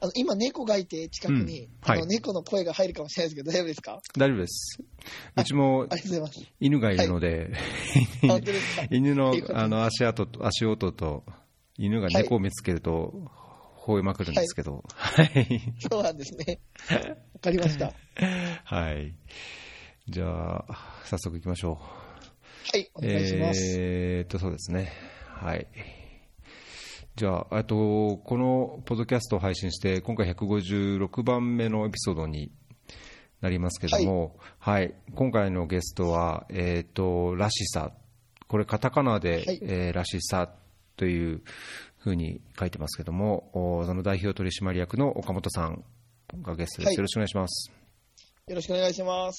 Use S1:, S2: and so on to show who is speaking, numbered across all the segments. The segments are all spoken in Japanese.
S1: 今猫がいて近くに、猫の声が入るかもしれないですけど、大丈夫ですか？
S2: 大丈夫です。うちも犬がいるので、はい、犬の足音と犬が猫を見つけると吠えまくるんですけど、
S1: はい、そうなんですね。わかりました。
S2: はい。じゃあ早速行きましょう。
S1: はい、お願いします。
S2: そうですね。はい。じゃあ、このポッドキャストを配信して今回156番目のエピソードになりますけども、はい、はい、今回のゲストは、らしさ、これカタカナで、はい、らしさというふうに書いてますけども、その代表取締役の岡本さんがゲストです。はい、よろしくお願いします。
S1: よろしくお願いします。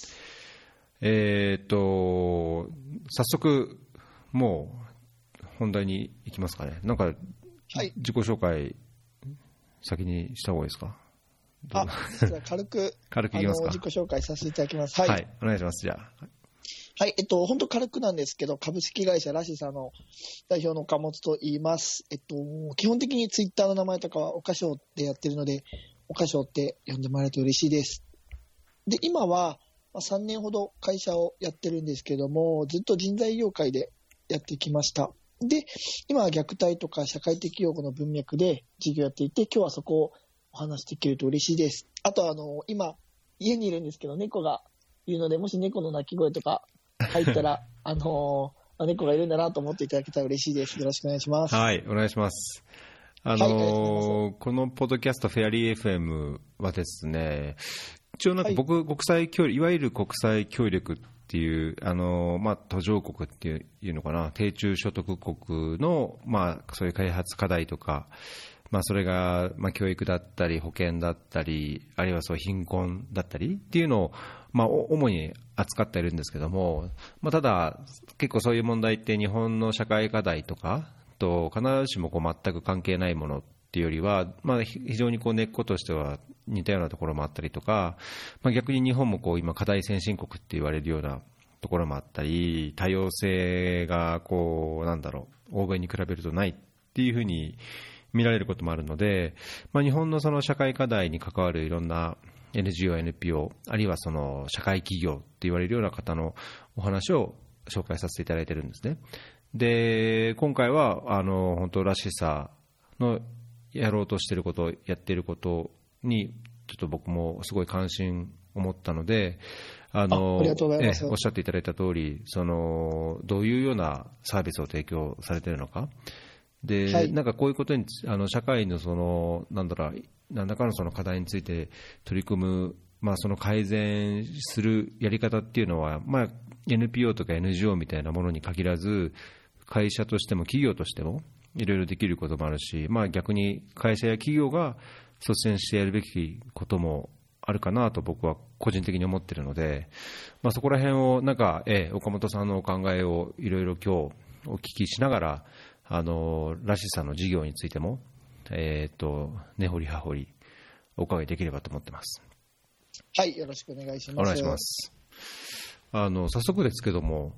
S2: 早速もう本題に行きますかね。なんかはい、自己紹介先にした方がいいですか？
S1: 実は軽く
S2: いきますか？
S1: 自己紹介させていただきます。はい、
S2: はい、お願いします。じゃあ、
S1: はい、本当軽くなんですけど、株式会社らしさの代表の岡本と言います。基本的にツイッターの名前とかは岡翔ってやってるので、岡翔って呼んでもらえると嬉しいです。で、今は3年ほど会社をやってるんですけども、ずっと人材業界でやってきました。で、今は虐待とか社会的養護の文脈で事業やっていて、今日はそこをお話しできると嬉しいです。あと今、家にいるんですけど、猫がいるので、もし猫の鳴き声とか入ったら、猫がいるんだなと思っていただけたら嬉しいです。よろしくお願いします。
S2: はい、お願いします。このポッドキャストフェアリー FM はですね、一応なんか僕、国際協力、いわゆる国際協力っていう途上国っていうのかな、低中所得国のそういう開発課題とか、それが教育だったり保健だったり、あるいはそう貧困だったりっていうのを主に扱っているんですけども、ただ結構そういう問題って日本の社会課題とかと必ずしも全く関係ないものっていうよりは、非常に根っことしては似たようなところもあったりとか、逆に日本も今課題先進国って言われるようなところもあったり、多様性が欧米に比べるとないっていうふうに見られることもあるので、日本のその社会課題に関わるいろんな NGO、NPO、あるいはその社会企業って言われるような方のお話を紹介させていただいているんですね。で、今回は本当らしさのやろうとしていること、やっていることにちょっと僕もすごい関心を持ったので、
S1: ありがとうございます。
S2: おっしゃっていただいた通り、どういうようなサービスを提供されているのかで、はい、なんかこういうことに社会の何らかのその課題について取り組む、その改善するやり方っていうのは、NPO とか NGO みたいなものに限らず、会社としても企業としてもいろいろできることもあるし、逆に会社や企業が率先してやるべきこともあるかなと僕は個人的に思っているので、そこら辺を岡本さんのお考えをいろいろ今日お聞きしながら、らしさの事業についても、根掘り葉掘りお伺いできればと思ってます。
S1: はい、よろしくお願いします。
S2: お願いします。早速ですけども、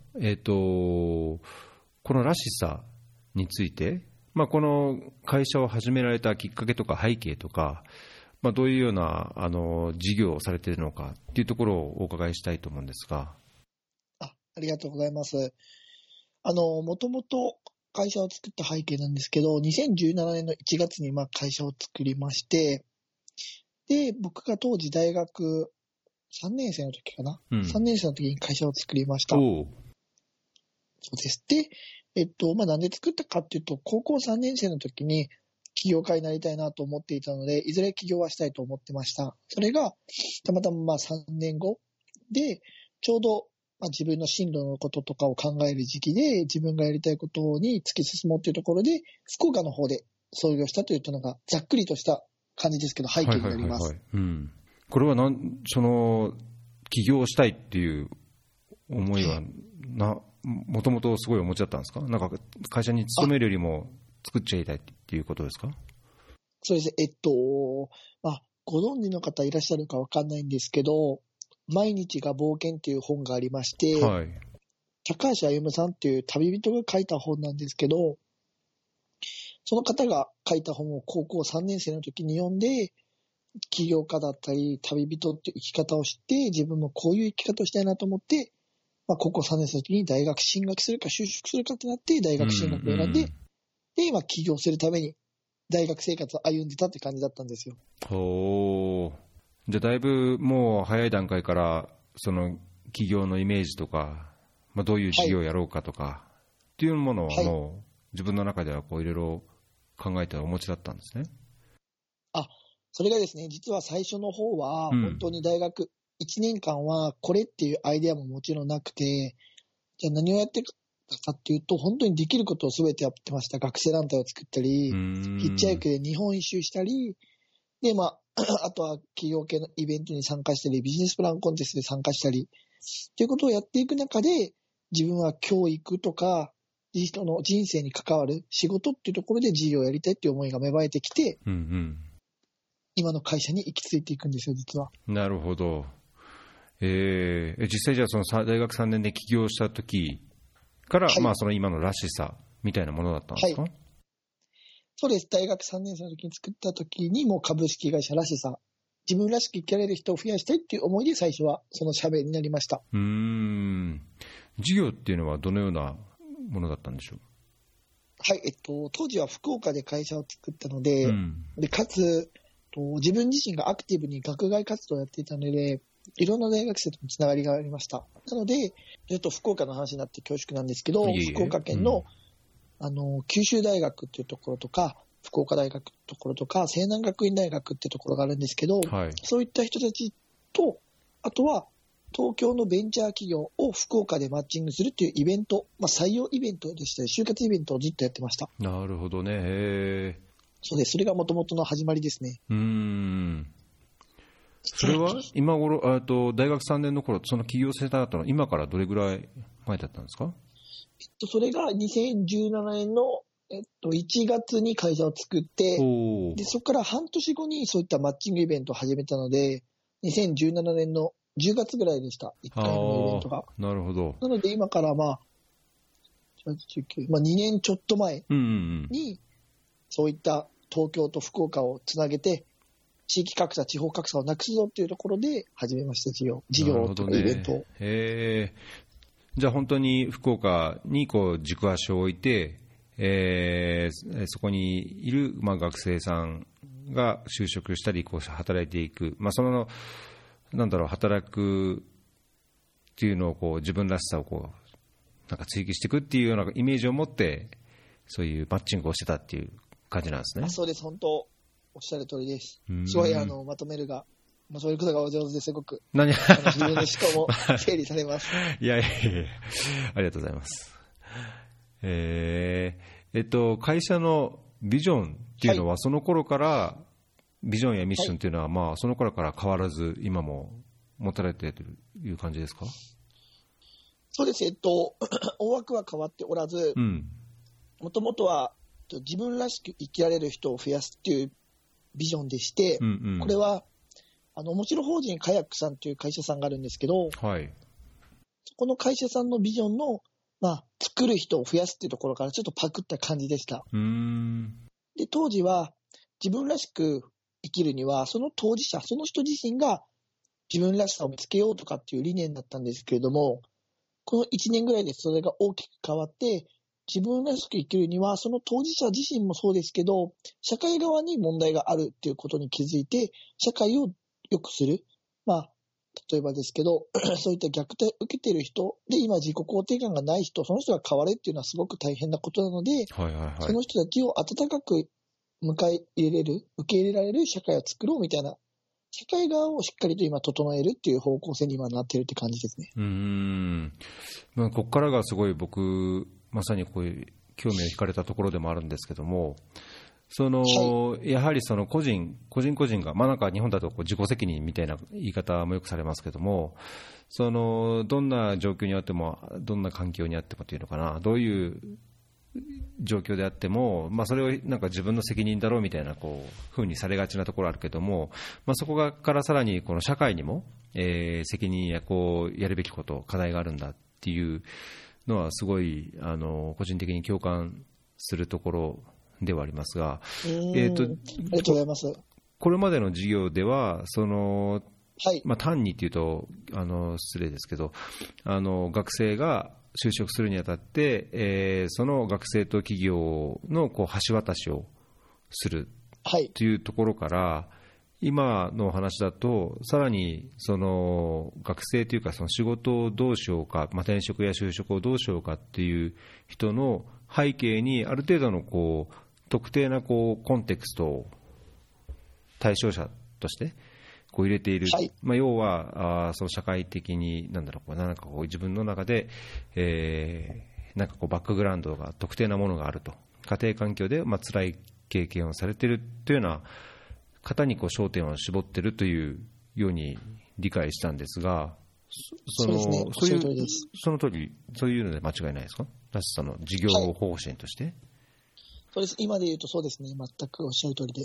S2: このらしさについて、この会社を始められたきっかけとか背景とか、どういうような事業をされているのかっていうところをお伺いしたいと思うんですが。
S1: ありがとうございます。もともと会社を作った背景なんですけど、2017年の1月に会社を作りまして、で、僕が当時大学3年生の時かな、3年生の時に会社を作りました。そうです。で、なんで作ったかっていうと、高校3年生の時に起業家になりたいなと思っていたので、いずれ起業はしたいと思ってました。それが、たまたま3年後で、ちょうど自分の進路のこととかを考える時期で、自分がやりたいことに突き進もうというところで、福岡の方で創業したというのが、ざっくりとした感じですけど、背景になります。
S2: これは起業したいっていう思いはもともとすごいお持ちだったんですか？なんか会社に勤めるよりも作っちゃいたいっていうことですか？
S1: そうです。ご存知の方いらっしゃるかわかんないんですけど、毎日が冒険っていう本がありまして、
S2: はい、
S1: 高橋歩さんっていう旅人が書いた本なんですけど、その方が書いた本を高校3年生の時に読んで、 起業家だったり旅人っていう生き方をして、自分もこういう生き方をしたいなと思って、高校3年生の時に大学進学するか就職するかってなって大学進学を選んで、で今起業するために大学生活を歩んでたって感じだったんですよ。
S2: じゃあだいぶもう早い段階からその起業のイメージとか、どういう事業をやろうかとか、っていうものはもう自分の中ではこういろいろ考えてお持ちだったんですね。
S1: それがですね、実は最初の方は本当に大学1年間はこれっていうアイデアももちろんなくて、じゃあ何をやってたかっていうと、本当にできることを全てやってました。学生団体を作ったり、ヒッチハイクで日本一周したり、であとは企業系のイベントに参加したり、ビジネスプランコンテストで参加したりっていうことをやっていく中で、自分は教育とか人の人生に関わる仕事っていうところで事業をやりたいっていう思いが芽生えてきて、今の会社に行き着いていくんですよ、実は。
S2: なるほど。実際じゃあその大学3年で起業した時から、その今のらしさみたいなものだったんですか？
S1: そうです。大学3年生の時に作った時にもう株式会社らしさ、自分らしく生きられる人を増やしたいっていう思いで最初はその社名になりました。
S2: 事業っていうのはどのようなものだったんでしょう？
S1: 当時は福岡で会社を作ったので、でかつ自分自身がアクティブに学外活動をやっていたので、いろんな大学生とのつながりがありました。なので、ちょっと福岡の話になって恐縮なんですけど、福岡県の、九州大学っていうところとか、福岡大学っていうところとか、西南学院大学っていうところがあるんですけど、そういった人たちと、あとは東京のベンチャー企業を福岡でマッチングするっていうイベント、採用イベントでしたり、就活イベントをずっとやってました。
S2: なるほどね。
S1: そうです。それがもともとの始まりですね。
S2: それは今頃大学3年の頃、その起業センターだったのは今からどれぐらい前だったんですか？
S1: それが2017年の、1月に会社を作って、でそこから半年後にそういったマッチングイベントを始めたので、2017年の10月ぐらいでした、1回目のイベントが。
S2: なるほど。
S1: なので今から2年ちょっと前に、そういった東京と福岡をつなげて、地域格差、地方格差をなくすぞっていうところで始めました、事業とかイベントを。
S2: じゃあ本当に福岡に軸足を置いて、そこにいる、学生さんが就職したり働いていく、働くっていうのを自分らしさを追求していくっていうようなイメージを持って、そういうマッチングをしてたっていう感じなんですね。
S1: そうです、本当おっしゃる通りです。すごいまとめるが、そういうことがお上手ですごく自分の思考も整理されます。
S2: いや、ありがとうございます。会社のビジョンっていうのは、その頃からビジョンやミッションっていうのは、その頃から変わらず今も持たれているという感じですか？
S1: そうです。大枠は変わっておらず、もともとは自分らしく生きられる人を増やすっていうビジョンでして、これは面白法人カヤックさんという会社さんがあるんですけど、そこの会社さんのビジョンの、作る人を増やすっていうところからちょっとパクった感じでした。で、当時は自分らしく生きるには、その当事者、その人自身が自分らしさを見つけようとかっていう理念だったんですけれども、この1年ぐらいでそれが大きく変わって、自分らしく生きるには、その当事者自身もそうですけど、社会側に問題があるっていうことに気づいて、社会を良くする。例えばですけど、そういった虐待を受けている人で、今自己肯定感がない人、その人が変われっていうのはすごく大変なことなので、その人たちを温かく迎え入れる、受け入れられる社会を作ろうみたいな、社会側をしっかりと今整えるっていう方向性に今なっているって感じですね。
S2: ここからがすごい僕、まさにこういう興味を惹かれたところでもあるんですけども、やはりその個人が、なんか日本だと自己責任みたいな言い方もよくされますけども、どんな状況にあっても、どんな環境にあってもというのかな、どういう状況であっても、それをなんか自分の責任だろうみたいな風にされがちなところあるけども、そこからさらにこの社会にも、責任ややるべきこと、課題があるんだっていうのはすごい個人的に共感するところではありますが、
S1: ありがとうございます。
S2: これまでの事業では
S1: はい。
S2: 単にっていうと失礼ですけど、学生が就職するにあたって、その学生と企業の橋渡しをする
S1: はい。
S2: というところから、今の話だと、さらに学生というか、その仕事をどうしようか、転職や就職をどうしようかっていう人の背景に、ある程度の特定なコンテクストを対象者として入れている、
S1: はい。
S2: 要はその社会的に自分の中で、バックグラウンドが特定なものがあると、家庭環境で辛い経験をされているというような方に焦点を絞っているというように理解したんですが、
S1: そうですね。おっしゃる通りです。
S2: その通り、そういうので間違いないですか、らしさの事業方針として。
S1: そうです。今で言うとそうですね。全くおっしゃる通りで。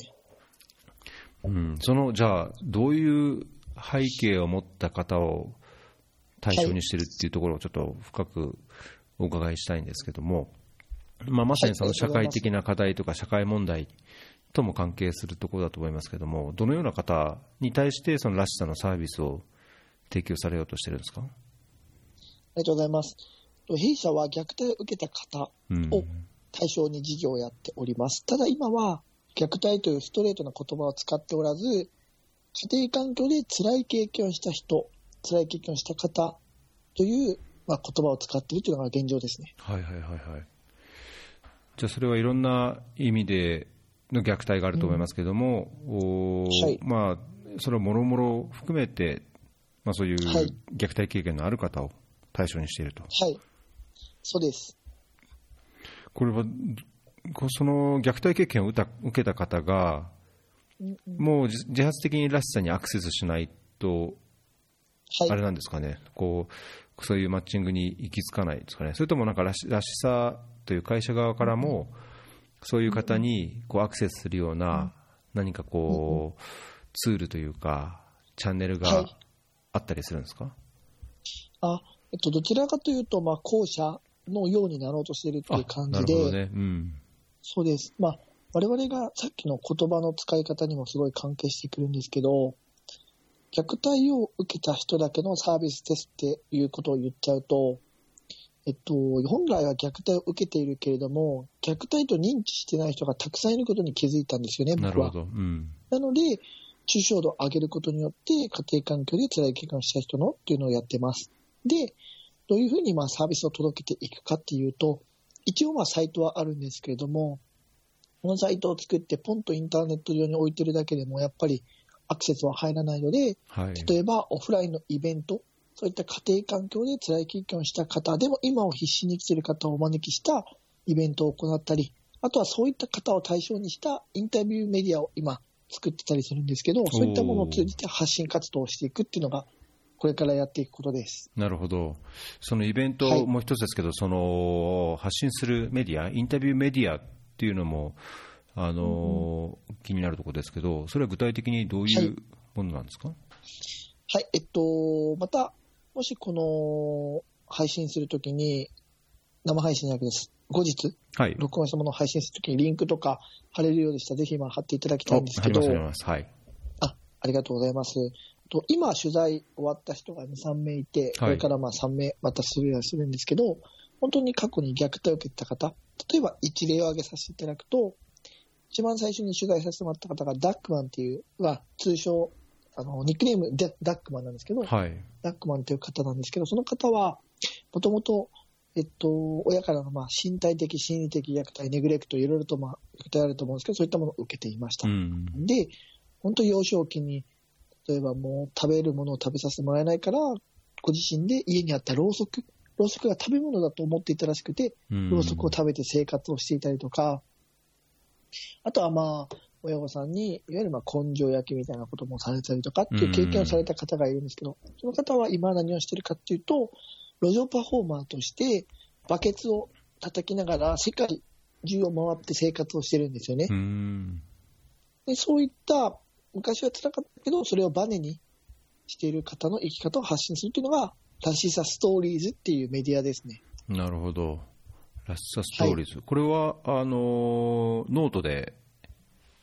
S2: じゃあ、どういう背景を持った方を対象にしているっていうところをちょっと深くお伺いしたいんですけども、まさにその社会的な課題とか社会問題とも関係するところだと思いますけども、どのような方に対してそのらしさのサービスを提供されようとしているんですか。
S1: ありがとうございます。弊社は虐待を受けた方を対象に事業をやっております。ただ今は虐待というストレートな言葉を使っておらず、家庭環境で辛い経験をした人、辛い経験をした方という、言葉を使っているというのが現状ですね。
S2: はいはいはいはい。じゃあそれはいろんな意味での虐待があると思いますけれども、はい、それをもろもろ含めて、そういう虐待経験のある方を対象にしていると。
S1: はい、そうです。
S2: これはその虐待経験を受けた方が、もう自発的にらしさにアクセスしないと、あれなんですかね、そういうマッチングに行き着かないですかね。それともらしさという会社側からも、そういう方にアクセスするような何かツールというかチャンネルがあったりするんですか。
S1: どちらかというと、後者のようになろうとしているっていう感じで。なるほどね。そうです。我々がさっきの言葉の使い方にもすごい関係してくるんですけど、虐待を受けた人だけのサービスですっていうことを言っちゃうと、本来は虐待を受けているけれども、虐待と認知してない人がたくさんいることに気づいたんですよね、僕は。なるほど。なので、抽象度を上げることによって、家庭環境で辛い経験をした人のっていうのをやってます。で、どういうふうにサービスを届けていくかっていうと、一応サイトはあるんですけれども、このサイトを作ってポンとインターネット上に置いてるだけでもやっぱりアクセスは入らないので、例えばオフラインのイベント、そういった家庭環境で辛い経験をした方でも今を必死に生きている方をお招きしたイベントを行ったり、あとはそういった方を対象にしたインタビューメディアを今作ってたりするんですけど、そういったものを通じて発信活動をしていくっていうのがこれからやっていくことです。
S2: なるほど。そのイベントもう一つですけど、その発信するメディア、インタビューメディアっていうのも気になるところですけど、それは具体的にどういうものなんですか。
S1: はい、またもしこの配信するときに生配信じゃなくて後日、録音したものを配信するときにリンクとか貼れるようでしたらぜひ貼っていただきたいんですけど。
S2: 貼ります。はい。
S1: ありがとうございます。今取材終わった人が 2,3 名いて、これから3名またするんですけど、本当に過去に虐待を受けた方、例えば一例を挙げさせていただくと、一番最初に取材させてもらった方がダックマンっていう、通称ニックネームダックマンなんですけど、ダックマンという方なんですけど、その方はもともと親からの身体的、心理的虐待、ネグレクト、いろいろと虐待あると思うんですけど、そういったものを受けていました。で、本当に幼少期に例えばもう食べるものを食べさせてもらえないから、ご自身で家にあったろうそくが食べ物だと思っていたらしくて、ろうそくを食べて生活をしていたりとか、あとは親御さんにいわゆる根性焼きみたいなこともされたりとかっていう経験をされた方がいるんですけど、その方は今何をしているかっていうと、路上パフォーマーとしてバケツを叩きながら世界中を回って生活をしてるんですよね。で、そういった昔は辛かったけど、それをバネにしている方の生き方を発信するというのがらしさストーリーズっていうメディアですね。
S2: なるほど。らしさストーリーズ、これはノートで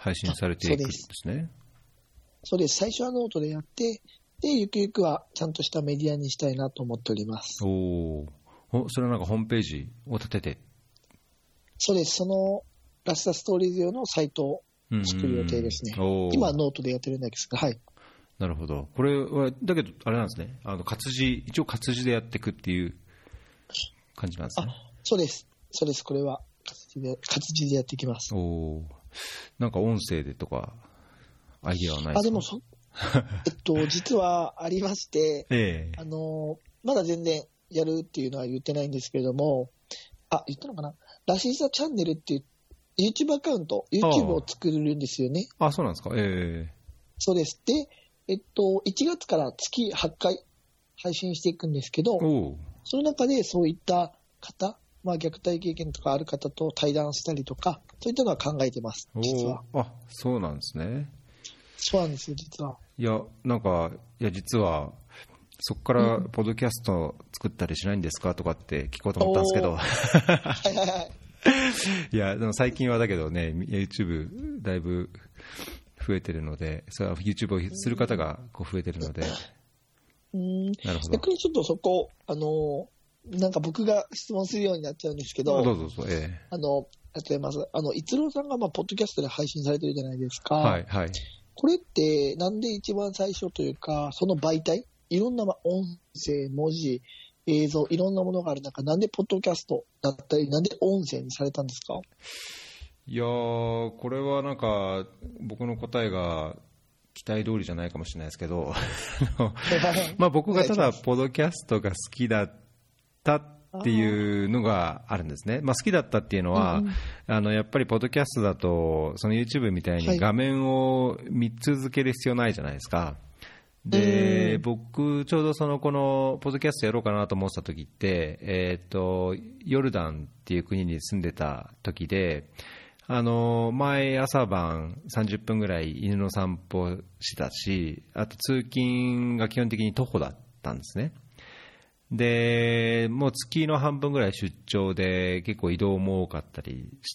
S2: 配信されていくんですね。
S1: そうです。最初はノートでやって、で、ゆくゆくはちゃんとしたメディアにしたいなと思っております。
S2: それはなんかホームページを立てて。
S1: そうです。そのラスタストーリーズ用のサイトを作る予定ですね。今はノートでやってるんですが、はい。
S2: なるほど。これは、だけど、あれなんですね。一応活字でやっていくっていう感じなんですね。
S1: そうです。そうです。これは活字でやっていきます。
S2: なんか音声でとか、アイディアはないですか？
S1: でも実はありまして、まだ全然やるっていうのは言ってないんですけれども、言ったのかな？ラシーサチャンネルっていう YouTube アカウント、YouTube を作るんですよね。
S2: そうなんですか。
S1: そうです。で、1月から月8回配信していくんですけど、その中でそういった方、虐待経験とかある方と対談したりとか、そういったのは考えてます、実は。
S2: そうなんですね。
S1: そうなんですよ、実は。
S2: 実は、そこからポッドキャスト作ったりしないんですかとかって聞こうと思ったんですけど。いや、でも最近はだけどね、YouTube だいぶ増えてるので、それは YouTube をする方が増えてるので。なるほど。
S1: 逆にちょっとそこ、なんか僕が質問するようになっちゃうんですけど、
S2: どうぞ。
S1: 例えば、逸郎さんがポッドキャストで配信されてるじゃないですか。
S2: はいはい。
S1: これってなんで一番最初というか、その媒体、いろんな音声、文字、映像、いろんなものがある中、なんでポッドキャストだったり、なんで音声にされたんですか？
S2: いやー、これはなんか僕の答えが期待通りじゃないかもしれないですけど僕がただポッドキャストが好きだったっていうのがあるんですね。好きだったっていうのは、やっぱりポッドキャストだとその YouTube みたいに画面を見続ける必要ないじゃないですか。で、僕ちょうどこのポッドキャストやろうかなと思ってた時って、ヨルダンっていう国に住んでた時で、前朝晩30分ぐらい犬の散歩したし、あと通勤が基本的に徒歩だったんですね。で、もう月の半分ぐらい出張で結構移動も多かったりして、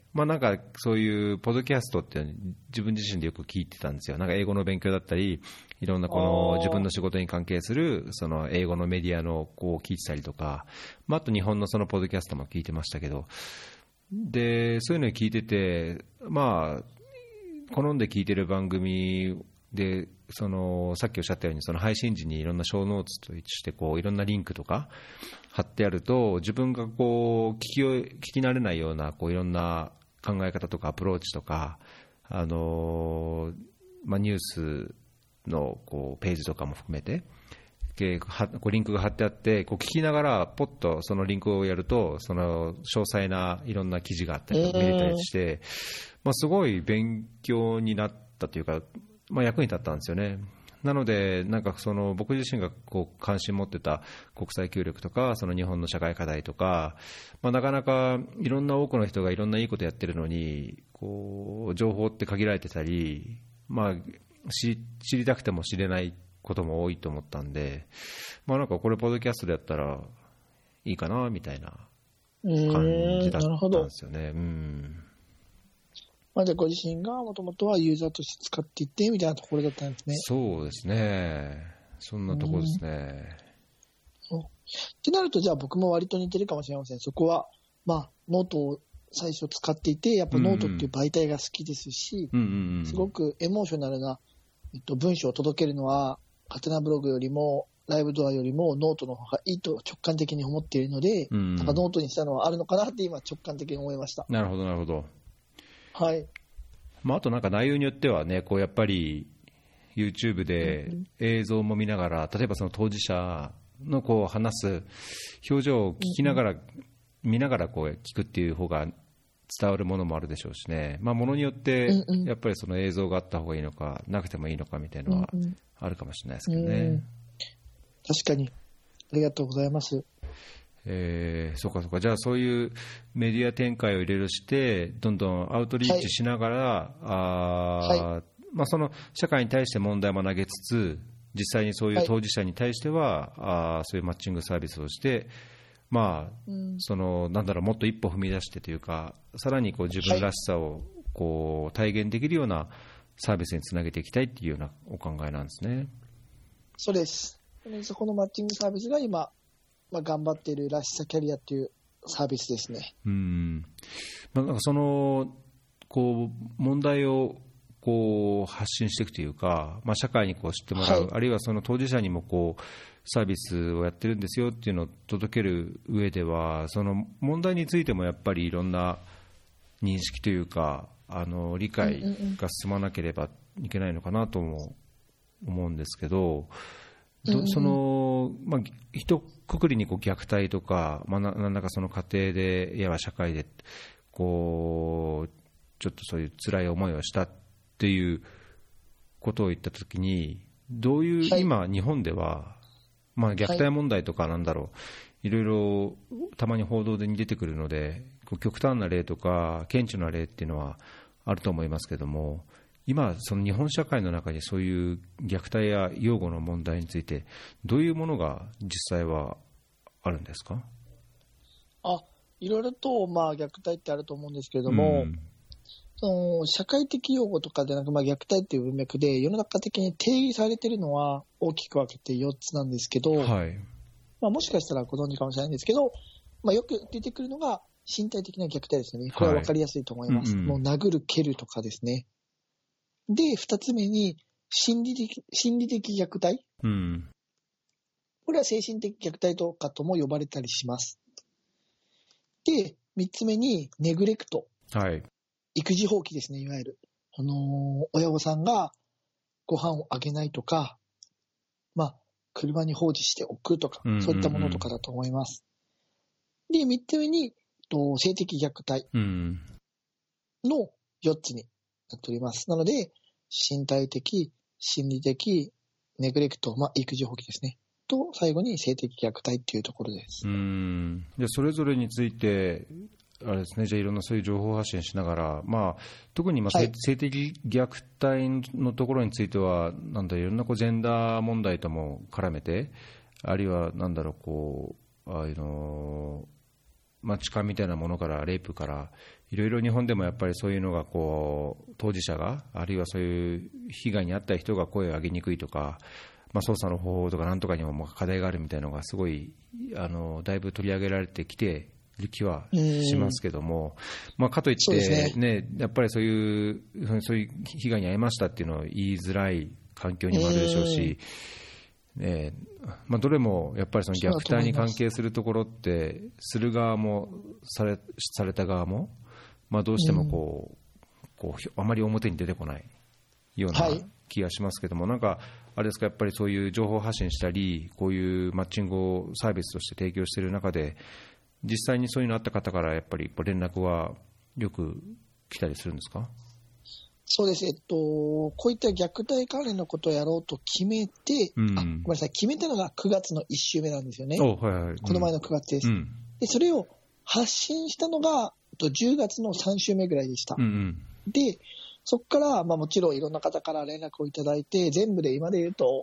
S2: なんかそういうポッドキャストって自分自身でよく聞いてたんですよ。なんか英語の勉強だったり、いろんなこの自分の仕事に関係するその英語のメディアの聞いてたりとか、あと日本のそのポッドキャストも聞いてましたけど、でそういうのを聞いてて、好んで聞いてる番組で、さっきおっしゃったようにその配信時にいろんなショーノーツとしていろんなリンクとか貼ってあると、自分が聞き慣れないようないろんな考え方とかアプローチとか、ニュースのページとかも含めてリンクが貼ってあって、聞きながらポッとそのリンクをやると、その詳細ないろんな記事があったり見れたりして、すごい勉強になったというか、役に立ったんですよね。なので、なんか僕自身が関心持ってた国際協力とか、その日本の社会課題とか、なかなかいろんな多くの人がいろんないいことやってるのに、情報って限られてたり、知りたくても知れないことも多いと思ったんで、なんかこれポッドキャストでやったらいいかなみたいな感じだったんですよね。
S1: じゃあご自身がもともとはユーザーとして使っていってみたいなところだったんですね。
S2: そうですね。そんなところですね。
S1: ってなると、じゃあ僕も割と似てるかもしれません。そこはノートを最初使っていて、やっぱノートっていう媒体が好きですし、すごくエモーショナルな、文章を届けるのはハテナブログよりもライブドアよりもノートの方がいいと直感的に思っているので、なんかノートにしたのはあるのかなって今直感的に思いました。
S2: なるほどなるほど。
S1: はい。
S2: あとなんか内容によってはね、やっぱり YouTube で映像も見ながら、例えばその当事者の話す表情を聞きながら、見ながら聞くっていう方が伝わるものもあるでしょうしね。ものによってやっぱりその映像があった方がいいのかなくてもいいのかみたいなのはあるかもしれないですけどね。
S1: 確かに。ありがとうございます。
S2: そうかそうか。じゃあそういうメディア展開をいろいろしてどんどんアウトリーチしながら、その社会に対して問題も投げつつ、実際にそういう当事者に対しては、そういうマッチングサービスをして、もっと一歩踏み出してというか、さらに自分らしさをこう体現できるようなサービスにつなげていきたいっていうようなお考えなんですね。
S1: そうです。そこのマッチングサービスが今、頑張っているらしさキャリアっていうサービスですね。
S2: なんかそのこう問題をこう発信していくというか、社会にこう知ってもらう、あるいはその当事者にもこうサービスをやってるんですよっていうのを届ける上では、その問題についてもやっぱりいろんな認識というか理解が進まなければいけないのかなとも思うんですけど、その一括りにこう虐待とか、何らかその家庭でいわば社会でこうちょっとそういう辛い思いをしたっていうことを言ったときに、どういう今日本では虐待問題とかいろいろたまに報道で出てくるので、極端な例とか顕著な例っていうのはあると思いますけども、今その日本社会の中にそういう虐待や養護の問題についてどういうものが実際はあるんですか？
S1: いろいろと虐待ってあると思うんですけれども、その社会的養護とかでなく、虐待っていう文脈で世の中的に定義されているのは大きく分けて4つなんですけど、もしかしたらご存知かもしれないんですけど、よく出てくるのが身体的な虐待ですよね。これは分かりやすいと思います。もう殴る蹴るとかですね。で、2つ目に心理的虐待、これは精神的虐待とかとも呼ばれたりします。で、3つ目にネグレクト、育児放棄ですね。いわゆる親御さんがご飯をあげないとか、車に放置しておくとか、そういったものとかだと思います。で、3つ目に性的虐待の4つになっております。なので身体的、心理的、ネグレクト、育児放棄ですね。と、最後に性的虐待っていうところです。
S2: でそれぞれについて、あれですね、じゃあいろんなそういう情報発信しながら、特に性的虐待のところについては、いろんなジェンダー問題とも絡めて、あるいは痴漢みたいなものから、レイプから、いろいろ日本でもやっぱりそういうのが当事者が、あるいはそういう被害に遭った人が声を上げにくいとか、捜査の方法とかなんとかにも課題があるみたいなのがすごいだいぶ取り上げられてきている気はしますけども、かといってやっぱりそういう被害に遭いましたっていうのを言いづらい環境にもあるでしょうし、どれもやっぱりその虐待に関係するところってする側もされた側も、どうしてもあまり表に出てこないような気がしますけども、あれですか、やっぱりそういう情報発信したり、こういうマッチングをサービスとして提供している中で、実際にそういうのあった方からやっぱり連絡はよく来たりするんですか？
S1: そうです。こういった虐待関連のことをやろうと決めて、ごめんなさい、決めたのが9月の1週目なんですよね。この前の9月です。で、それを発信したのが10月の3週目ぐらいでした。で、そこから、もちろんいろんな方から連絡をいただいて、全部で今で言うと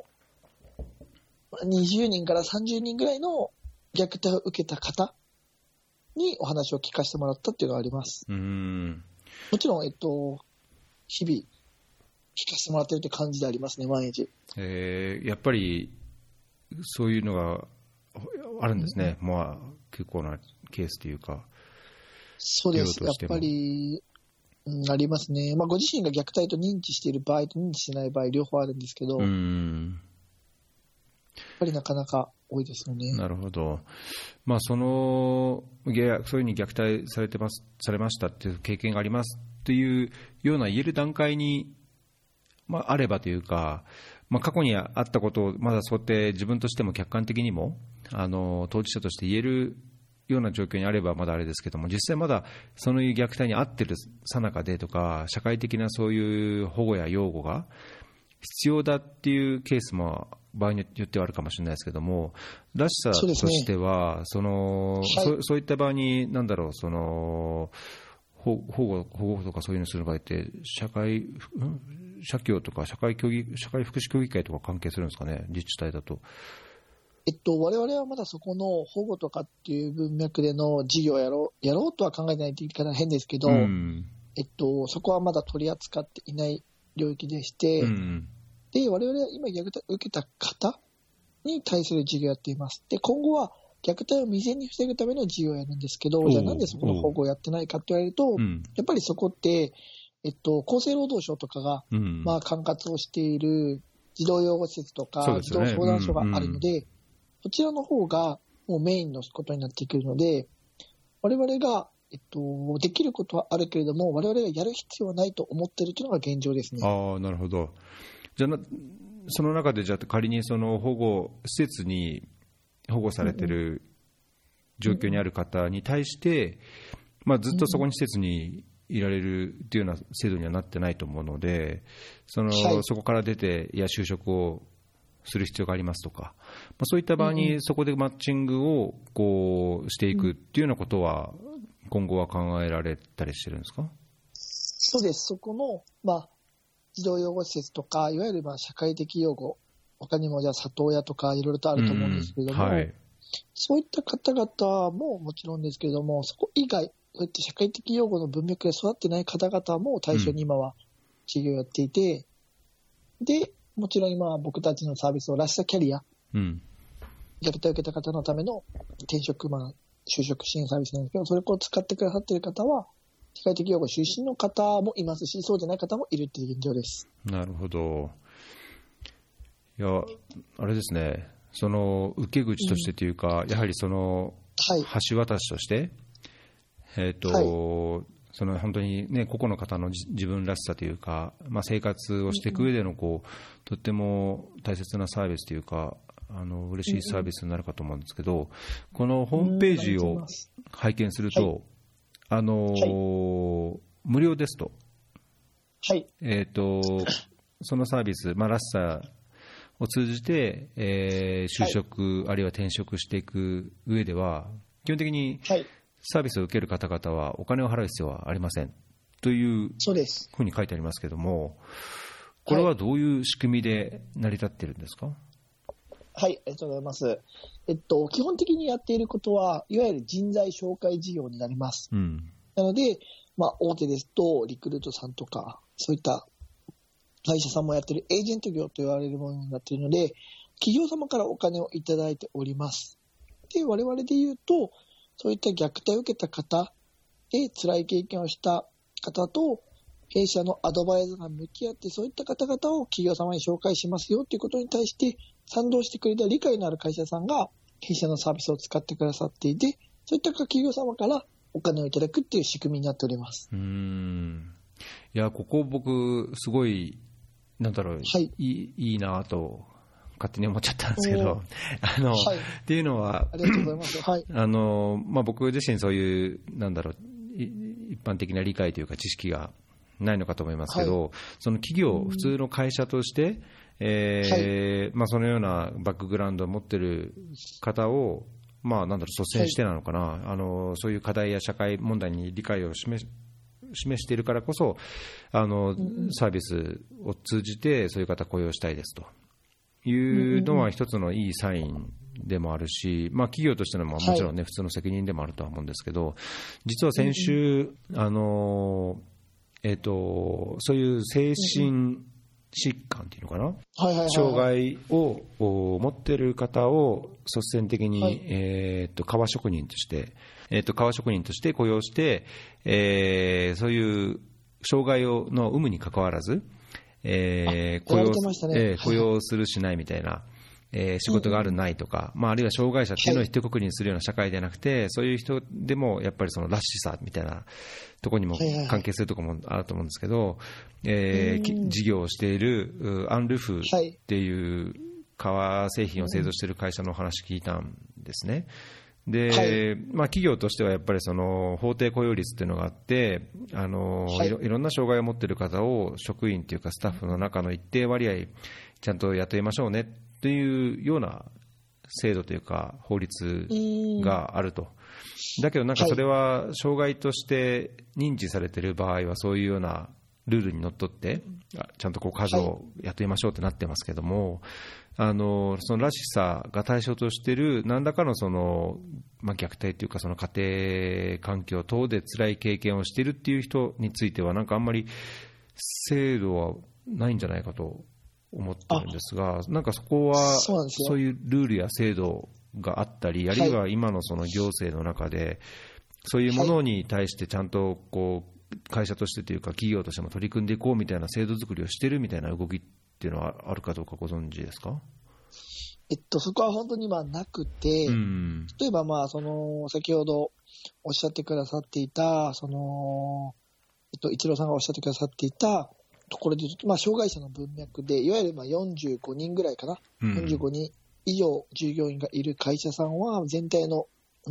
S1: 20人から30人ぐらいの虐待を受けた方にお話を聞かせてもらったっていうのがあります。もちろん、日々聞かせてもらってるって感じでありますね、毎日。
S2: やっぱりそういうのがあるんですね。結構なケースというか。
S1: そうです。やっぱりありますね。ご自身が虐待と認知している場合と認知しない場合両方あるんですけど、やっぱりなかなか多いですよね。
S2: なるほど。そういうふうに虐待されましたっていう経験がありますっていうような言える段階に、あればというか、過去にあったことをまだそうやって自分としても客観的にも当事者として言えるような状況にあればまだあれですけども、実際まだそういう虐待に遭っている最中でとか、社会的なそういう保護や養護が必要だっていうケースも場合によってはあるかもしれないですけども、らしさとしてはそういった場合に保護とかそういうのする場合って社協とか社会福祉協議会とか関係するんですかね、自治体だと。
S1: 我々はまだそこの保護とかっていう文脈での事業をやろうとは考えてないという言い方は変ですけど、 そこはまだ取り扱っていない領域でして、で、我々は今虐待を受けた方に対する事業をやっています。で、今後は虐待を未然に防ぐための事業をやるんですけど、じゃあなんでそこの保護をやってないかって言われると、やっぱりそこって、厚生労働省とかが、まあ、管轄をしている児童養護施設とか、児童相談所があるので、そちらの方がもうメインのことになってくるので、我々が、できることはあるけれども、我々がやる必要はないと思っているというのが現状ですね。
S2: ああ、なるほど。じゃあその中で、じゃあ仮にその保護施設に保護されている状況にある方に対して、まあ、ずっとそこに施設にいられるというような制度にはなってないと思うので、そこから出て、いや、就職をする必要がありますとか、まあ、そういった場合にそこでマッチングをこうしていくっていうようなことは、今後は考えられたりしてるんですか？
S1: そうです。そこの、まあ、児童養護施設とか、いわゆるまあ社会的養護、他にもじゃあ里親とかいろいろとあると思うんですけれども、そういった方々ももちろんですけれども、そこ以外、こうやって社会的養護の文脈で育ってない方々も対象に今は事業をやっていて、で、もちろん今僕たちのサービスをらしさキャリア、虐待を受けた方のための転職、まあ、就職支援サービスなんですけど、それを使ってくださっている方は、社会的養護出身の方もいますし、そうじゃない方もいるという現状です。
S2: なるほど。いや、あれですね、その受け口としてというか、やはりその橋渡しとして、その本当にね、個々の方の自分らしさというか、まあ、生活をしていく上でのとっても大切なサービスというか、嬉しいサービスになるかと思うんですけど、このホームページを拝見すると、無料ですと、そのサービス、まあ、らしさを通じて、就職、あるいは転職していく上では、基本的にサービスを受ける方々はお金を払う必要はありませんというふうに書いてありますけれども、これはどういう仕組みで成り立っているんですか？
S1: はい、ありがとうございます。基本的にやっていることは、いわゆる人材紹介事業になります。なので、まあ、大手ですと、リクルートさんとか、そういった会社さんもやっているエージェント業と言われるものになっているので、企業様からお金をいただいております。で、我々で言うと、そういった虐待を受けた方で辛い経験をした方と、弊社のアドバイザーが向き合って、そういった方々を企業様に紹介しますよということに対して賛同してくれた理解のある会社さんが弊社のサービスを使ってくださっていて、そういった企業様からお金をいただくっていう仕組みになっております。
S2: いや、ここ僕すごいなんだろう、いいなと勝手に思っちゃったんですけど、っていうのは、
S1: ありがとうございます。
S2: まあ、僕自身そういうなんだろう、一般的な理解というか知識がないのかと思いますけど、その企業、普通の会社として、まあ、そのようなバックグラウンドを持っている方を、まあ、なんだろう、率先してなのかな、そういう課題や社会問題に理解を示しているからこそ、サービスを通じてそういう方を雇用したいですというのは一つのいいサインでもあるし、まあ、企業としてのももちろんね、普通の責任でもあるとは思うんですけど、実は先週、そういう精神疾患っていうのかな、障害を持っている方を率先的に、革職人として、雇用して、そういう障害の有無にかかわらず、雇用するしないみたいな、仕事があるないとか、まあ、あるいは障害者っていうのを一括りにするような社会ではなくて、そういう人でもやっぱりそのらしさみたいなところにも関係するところもあると思うんですけど、事業をしているアンルフっていう革製品を製造している会社のお話聞いたんですね。で、まあ、企業としてはやっぱりその法定雇用率っていうのがあって、いろんな障害を持っている方を職員というかスタッフの中の一定割合ちゃんと雇いましょうねというような制度というか法律があると。だけどなんかそれは障害として認知されている場合はそういうようなルールにのっとってちゃんとこう数を雇いましょうってなってますけども、そのらしさが対象としている何らかの虐待というか、その家庭環境等で辛い経験をしているっていう人については、なんかあんまり制度はないんじゃないかと思ってるんですが、なんかそこはそういうルールや制度があったり、あるいは今のその行政の中でそういうものに対してちゃんとこう会社としてというか企業としても取り組んでいこうみたいな制度作りをしているみたいな動きっていうのはあるかどうかご存知ですか？
S1: そこは本当になくて、例えば先ほどおっしゃってくださっていた一郎さんがおっしゃってくださっていたところで言うと、障害者の文脈でいわゆる45人ぐらいかな、45人以上従業員がいる会社さんは全体の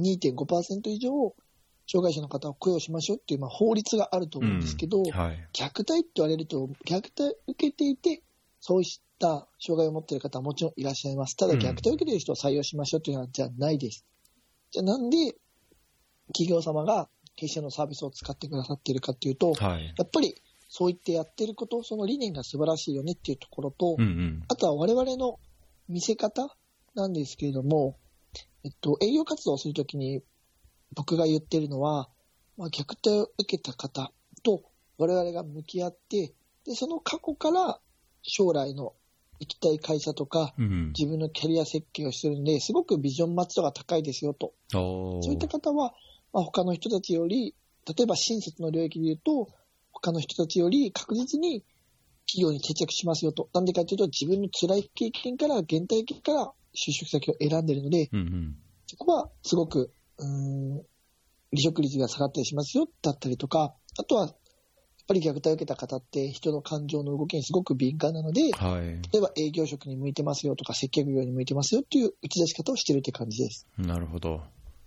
S1: 2.5% 以上障害者の方を雇用しましょうっていう法律があると思うんですけど、虐待って言われると、虐待を受けていてそうした障害を持っている方はもちろんいらっしゃいます。ただ虐待を受けている人を採用しましょうというのはじゃないです。じゃあなんで企業様が弊社のサービスを使ってくださっているかというと、やっぱりそう言ってやっていること、その理念が素晴らしいよねっていうところと、あとは我々の見せ方なんですけれども、営業活動をするときに僕が言っているのは、虐待を受けた方と我々が向き合って、でその過去から将来の行きたい会社とか、自分のキャリア設計をしているので、すごくビジョンマッチ度が高いですよと。そういった方は、他の人たちより、例えば親切の領域で言うと、他の人たちより確実に企業に定着しますよと。なんでかというと、自分の辛い経験から、原体験から就職先を選んでいるので、そこはすごく離職率が下がったりしますよだったりとか、あとはやっぱり虐待を受けた方って人の感情の動きにすごく敏感なので、例えば営業職に向いてますよとか接客業に向いてますよっていう打ち出し方をしているという感じです。
S2: なるほど。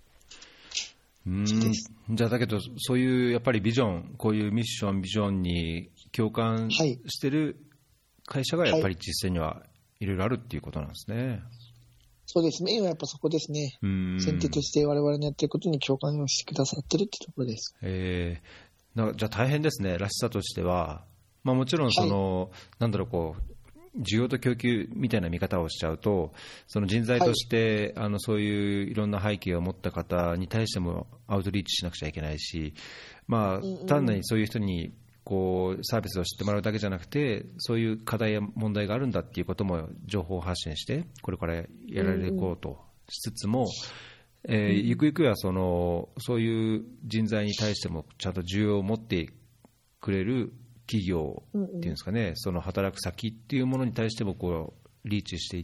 S2: じゃあだけどそういうやっぱりビジョン、こういうミッションビジョンに共感してる会社がやっぱり実践にはいろいろあるっていうことなんですね。
S1: そうですね。今やっぱそこですね。先手として我々のやってることに共感をしてくださってるってところです。
S2: じゃあ大変ですね、らしさとしては。もちろん需要と供給みたいな見方をしちゃうと、その人材として、そういういろんな背景を持った方に対してもアウトリーチしなくちゃいけないし、単なるそういう人にサービスを知ってもらうだけじゃなくて、そういう課題や問題があるんだっていうことも情報発信してこれからやられていこうとしつつも、ゆくゆくはそういう人材に対してもちゃんと需要を持ってくれる企業っていうんですかね、その働く先っていうものに対してもリーチしていって、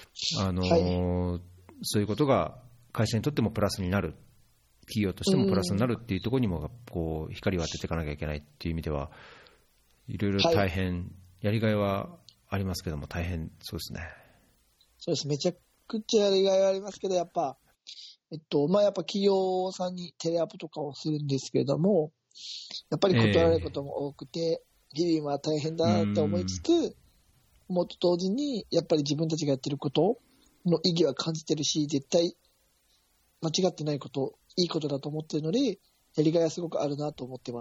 S2: そういうことが会社にとってもプラスになる、企業としてもプラスになるっていうところにも光を当てていかなきゃいけないっていう意味では、いろいろ大変、やりがいはありますけども大変そうですね。
S1: そうです。めちゃくちゃやりがいはありますけど、やっぱ企業さんにテレアポとかをするんですけれども、やっぱり断られることも多くて、日々は大変だなと思いつつ、もっと同時にやっぱり自分たちがやってることの意義は感じてるし、絶対間違ってないこと、いいことだと思ってるので、やりがいはすごくあるなと思ってます。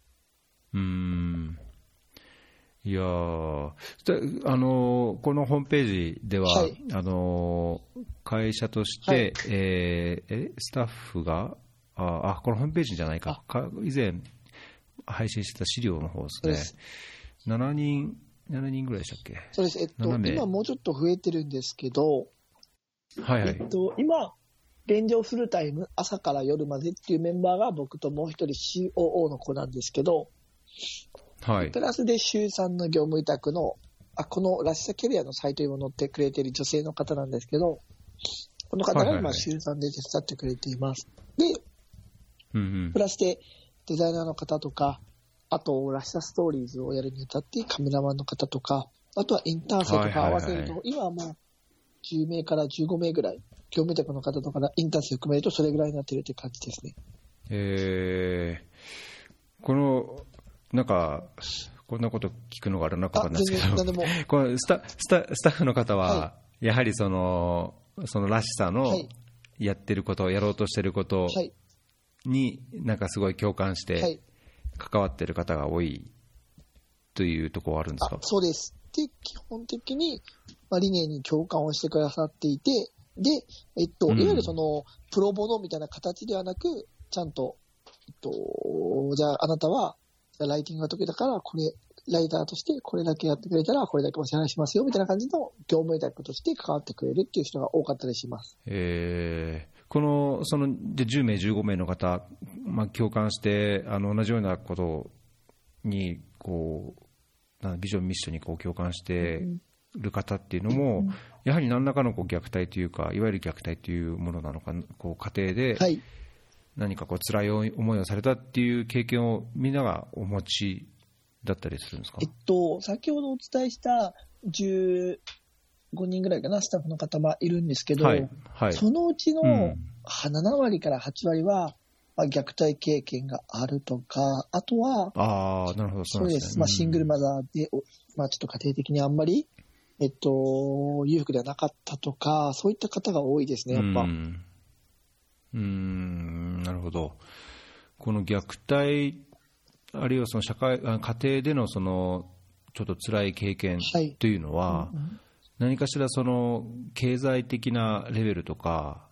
S2: いやこのホームページでは、会社として、スタッフがこのホームページじゃないか、以前配信してた資料の方ですね。7人ぐらいでしたっけ？
S1: そうです。今もうちょっと増えてるんですけど、今現状フルタイム朝から夜までっていうメンバーが僕ともう一人 COO の子なんですけど、プラスで週3の業務委託のこのらしさキャリアのサイトにも載ってくれている女性の方なんですけど、この方が今週3で手伝ってくれています。でプラスでデザイナーの方とか、あとらしさストーリーズをやるにあたってカメラマンの方とか、あとはインターン生とか合わせると、今はもう10名から15名ぐらい、業務委託の方とかインターン生を含めるとそれぐらいになっているという感じですね。
S2: このこんなこと聞くのがあるのかわかんないですけど、このスタッフの方は、やはりそのらしさのやってること、やろうとしてることにすごい共感して関わっている方が多いというところはあるんですか？
S1: そうです。で、基本的に、理念に共感をしてくださっていて、で、いわゆるその、プロボノみたいな形ではなく、ちゃんと、じゃああなたは、ライティングが得意だから、これ、ライターとしてこれだけやってくれたら、これだけお支払いしますよ、みたいな感じの業務委託として関わってくれるっていう人が多かったりします。
S2: その10名、15名の方、共感して、同じようなことに、ビジョン、ミッションに共感している方っていうのも、やはり何らかの虐待というか、いわゆる虐待というものなのか、家庭で何か辛い思いをされたっていう経験をみんながお持ちだったりするんですか？
S1: 先ほどお伝えした15人ぐらいかな、スタッフの方はいるんですけど、そのうちの7割から8割は、虐待経験があるとか、あとは、
S2: なるほど、
S1: そうです。シングルマザーで、ちょっと家庭的にあんまり、裕福ではなかったとか、そういった方が多いですね、やっぱ。
S2: なるほど。この虐待、あるいはその家庭でのそのちょっと辛い経験というのは、何かしらその経済的なレベルとか、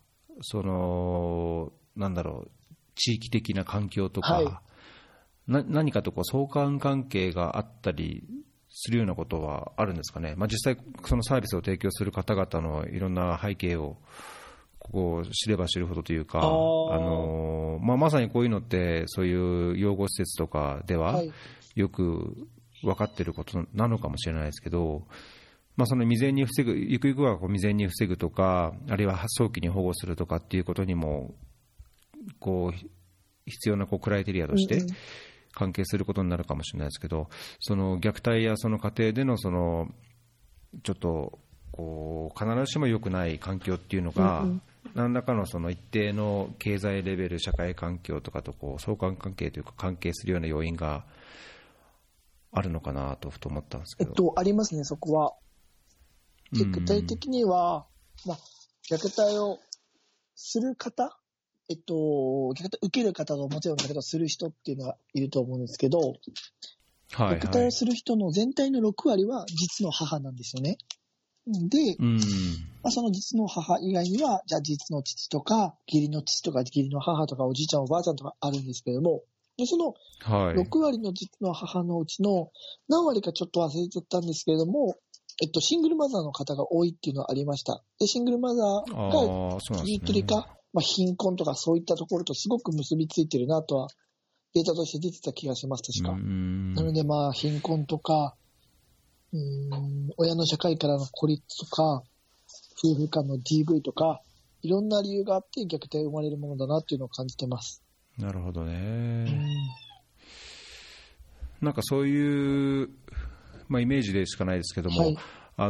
S2: 地域的な環境とか、何かと相関関係があったりするようなことはあるんですかね。実際そのサービスを提供する方々のいろんな背景を知れば知るほどというか、まさにこういうのってそういう養護施設とかではよく分かっていることなのかもしれないですけど、その未然に防ぐ、ゆくゆくは未然に防ぐとか、あるいは早期に保護するとかっていうことにも必要なクライテリアとして関係することになるかもしれないですけど、その虐待やその家庭でのちょっと必ずしも良くない環境っていうのが、何らかのその一定の経済レベル、社会環境とかと相関関係というか関係するような要因があるのかなとふと思ったんですけど。
S1: ありますね、そこは。具体的には、虐待をする方、虐待受ける方がもちろんだけど、する人っていうのがいると思うんですけど、虐待をする人の全体の6割は実の母なんですよね。で、その実の母以外には、じゃあ実の父とか、義理の父とか、義理の母とか、おじいちゃんおばあちゃんとかあるんですけども、でその6割の実の母のうちの何割かちょっと忘れちゃったんですけれども、シングルマザーの方が多いっていうのはありました。で、シングルマザーがずっと理科、貧困とかそういったところとすごく結びついてるなとは、データとして出てた気がします、確か。なので、貧困とか、親の社会からの孤立とか、夫婦間の DV とか、いろんな理由があって虐待が生まれるものだなっていうのを感じてます。
S2: なるほどね。なんかそういう、イメージでしかないですけども、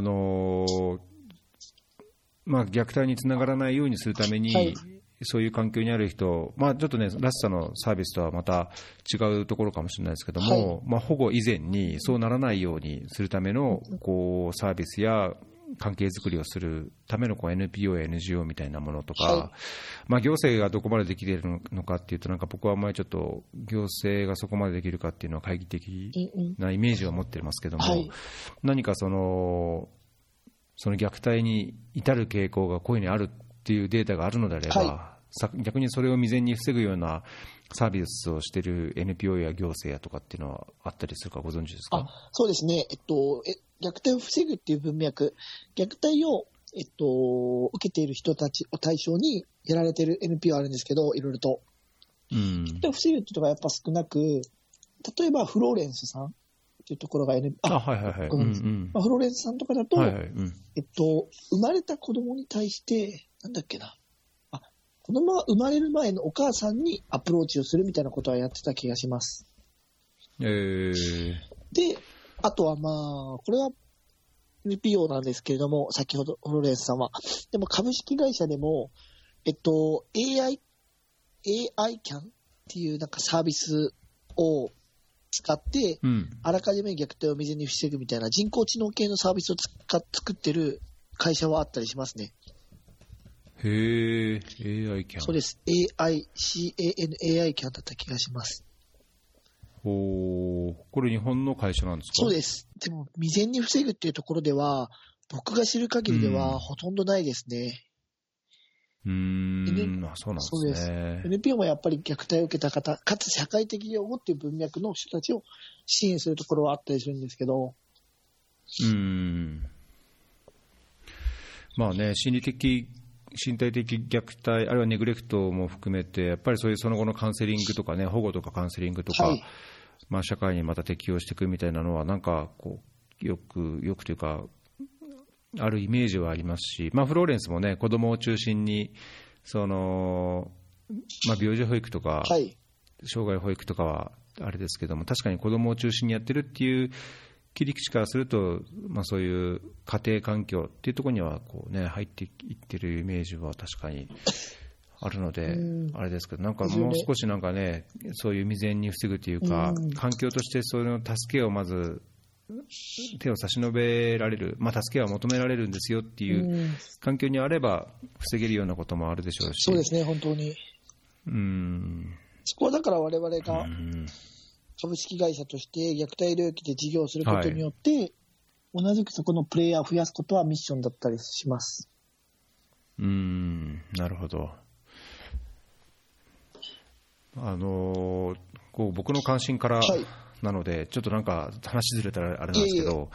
S2: 虐待につながらないようにするために、そういう環境にある人、ちょっとね、らしさのサービスとはまた違うところかもしれないですけども、保護以前にそうならないようにするためのサービスや関係づくりをするためのNPO や NGO みたいなものとか、行政がどこまでできているのかっていうと、僕はあんまりちょっと行政がそこまでできるかっていうのは懐疑的なイメージを持っていますけども、何かその虐待に至る傾向がこういうふうにあるっていうデータがあるのであれば、逆にそれを未然に防ぐようなサービスをしている NPO や行政やとかっていうのはあったりするかご存知ですか？
S1: そうですね。虐待を防ぐっていう文脈、虐待を、受けている人たちを対象にやられている NPO あるんですけど、いろいろと。虐待を防ぐっていうのがやっぱ少なく、例えばフローレンスさんっていうところがフローレンスさんとかだと、生まれた子供に対して、子供が生まれる前のお母さんにアプローチをするみたいなことはやってた気がします。で、あとはこれは NPO なんですけれども、先ほどフローレンスさんは。でも株式会社でも、AI CAN っていうサービスを使って、あらかじめ虐待を未然に防ぐみたいな人工知能系のサービスを作ってる会社はあったりしますね。
S2: へー、AI CAN。
S1: そうです。AI CAN だった気がします。
S2: これ日本の会社なんですか？
S1: そうです。でも未然に防ぐっていうところでは、僕が知る限りではほとんどないですね。
S2: そうなんですね。
S1: NPO もやっぱり虐待を受けた方、かつ社会的養護っていう文脈の人たちを支援するところはあったりするんですけど。
S2: まあね、身体的虐待、あるいはネグレクトも含めて、やっぱりそういうその後のカウンセリングとかね、保護とかカウンセリングとか、まあ、社会にまた適応していくみたいなのは、なんかこうよくというか、あるイメージはありますし、まあ、フローレンスもね、子どもを中心にその、まあ、病児保育とか、障害保育とかはあれですけども、確かに子どもを中心にやってるっていう切り口からすると、まあ、そういう家庭環境っていうところにはこう、ね、入っていってるイメージは確かにあるので、あれですけど、なんかもう少しなんかね、そういう未然に防ぐというか、環境としてその助けをまず手を差し伸べられる、まあ、助けは求められるんですよっていう環境にあれば防げるようなこともあるでしょうし。
S1: そうですね、本当に。そこはだから我々が株式会社として虐待領域で事業をすることによって、同じくそこのプレイヤーを増やすことはミッションだったりします。
S2: なるほど。こう僕の関心からなので、ちょっとなんか話ずれたらあれなんですけど、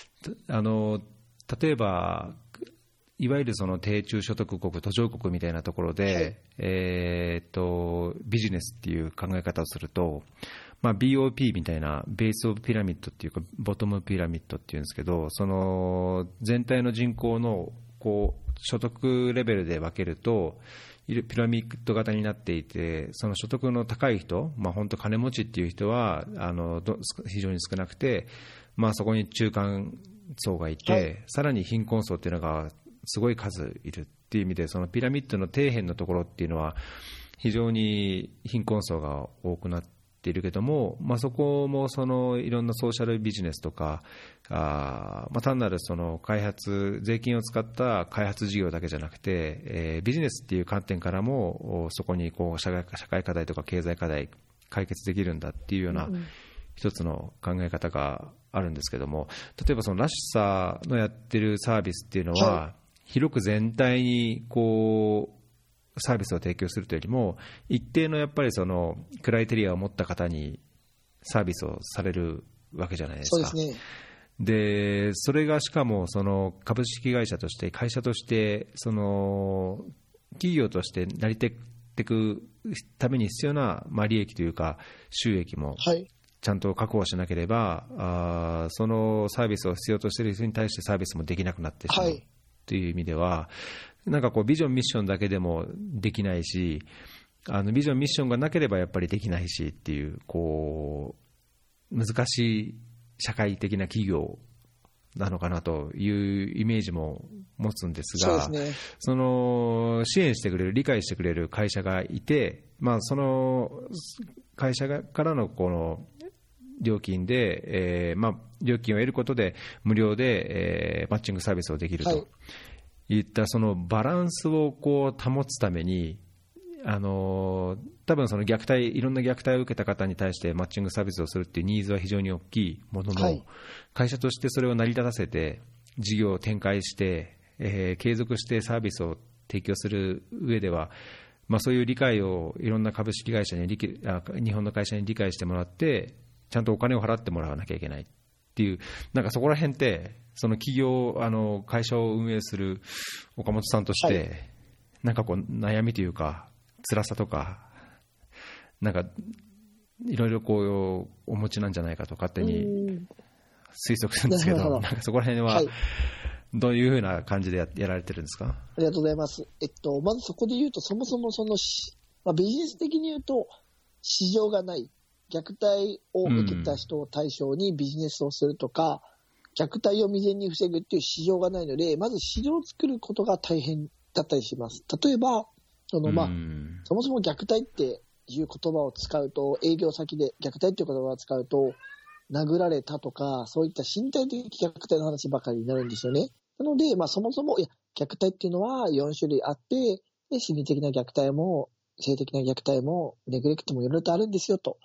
S2: 例えばいわゆるその低中所得国、途上国みたいなところで、ビジネスっていう考え方をすると、まあ、BOP みたいなベースオブピラミッドっていうかボトムピラミッドっていうんですけど、その全体の人口のこう所得レベルで分けるとピラミッド型になっていて、その所得の高い人、まあ、本当金持ちっていう人は非常に少なくて、まあ、そこに中間層がいて、さらに貧困層っていうのがすごい数いるっていう意味で、そのピラミッドの底辺のところっていうのは非常に貧困層が多くなっているけども、まあ、そこもそのいろんなソーシャルビジネスとか、まあ、単なるその開発、税金を使った開発事業だけじゃなくて、ビジネスっていう観点からもそこにこう社会課題とか経済課題解決できるんだっていうような一つの考え方があるんですけども、例えばそのらしさのやってるサービスっていうのは、広く全体にこうサービスを提供するというよりも、一定のやっぱりそのクライテリアを持った方にサービスをされるわけじゃないですか。
S1: そうですね。
S2: でそれがしかもその株式会社として会社としてその企業として成り立っていくために必要な利益というか収益もちゃんと確保しなければ、そのサービスを必要としている人に対してサービスもできなくなってしまうという意味では、なんかこうビジョンミッションだけでもできないし、ビジョンミッションがなければやっぱりできないしっていう、こう難しい社会的な企業なのかなというイメージも持つんですが、
S1: そうですね。
S2: その支援してくれる、理解してくれる会社がいて、まあ、その会社からのこの料金で、まあ、料金を得ることで無料で、マッチングサービスをできるといったそのバランスをこう保つために、多分その虐待、いろんな虐待を受けた方に対してマッチングサービスをするっていうニーズは非常に大きいものの、会社としてそれを成り立たせて事業を展開して、継続してサービスを提供する上では、まあ、そういう理解をいろんな株式会社に日本の会社に理解してもらって、ちゃんとお金を払ってもらわなきゃいけないっていう、なんかそこら辺ってその企業、会社を運営する岡本さんとして、なんかこう悩みというか辛さとか、なんかいろいろこうお持ちなんじゃないかと勝手に推測するんですけど、なんかそこら辺はどういうふうな感じで やられてるんですか？
S1: ありがとうございます。まずそこで言うと、そもそもそのビジネス的に言うと市場がない、虐待を受けた人を対象にビジネスをするとか、虐待を未然に防ぐっていう市場がないので、まず市場を作ることが大変だったりします。例えばそもそも虐待っていう言葉を使うと、営業先で虐待っていう言葉を使うと殴られたとか、そういった身体的虐待の話ばかりになるんですよね。なので、そもそも虐待っていうのは4種類あって、で心理的な虐待も性的な虐待もネグレクトもいろいろとあるんですよと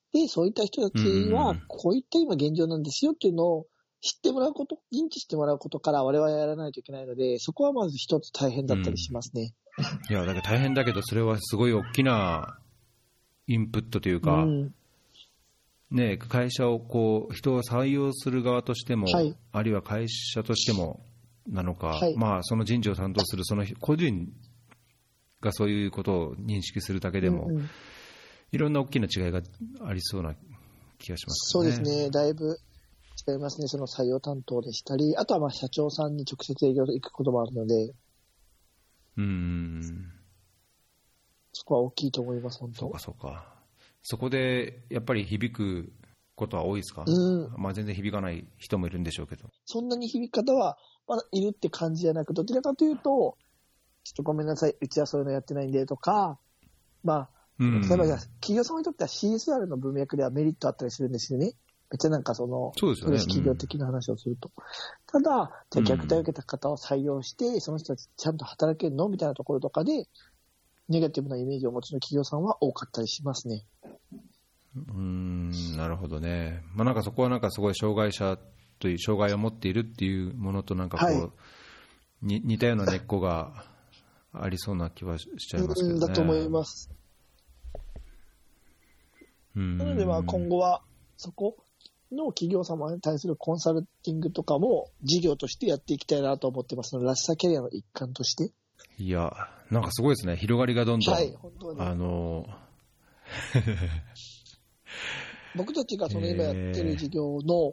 S1: で、そういった人たちは、こういった今現状なんですよっていうのを知ってもらうこと、認知してもらうことから我々はやらないといけないので、そこはまず一つ大変だったりしますね。
S2: いや、だから大変だけど、それはすごい大きなインプットというか、ね、会社を人を採用する側としても、はい、あるいは会社としてもなのか、はい、その人事を担当するその個人がそういうことを認識するだけでも、いろんな大きな違いがありそうな気がしますね。
S1: そうですね、だいぶ違いますね。その採用担当でしたり、あとは社長さんに直接営業で行くこともあるので、そこは大きいと思います。本当。
S2: そうか。そこでやっぱり響くことは多いですか？全然響かない人もいるんでしょうけど。
S1: そんなに響く方はまだいるって感じじゃなく、どちらかというと、ちょっとごめんなさい、うちはそういうのやってないんでとか、例えば企業様にとっては CSR の文脈ではメリットあったりするんですよね。めっちゃ
S2: そうですよね、
S1: 企業的な話をすると。ただ、じゃあ虐待を受けた方を採用して、その人たちちゃんと働けるのみたいなところとかで、ネガティブなイメージをお持ちの企業さんは多かったりしますね。
S2: なるほどね。なんかそこはすごい障害者という障害を持っているっていうものと似たような根っこがありそうな気はしちゃいますけどね。
S1: だと思います。なので今後はそこの企業様に対するコンサルティングとかも事業としてやっていきたいなと思ってます。らしさキャリアの一環として。
S2: いや、なんかすごいですね。広がりがどんどん。
S1: はい、本当に。僕たちがその今やってる事業の、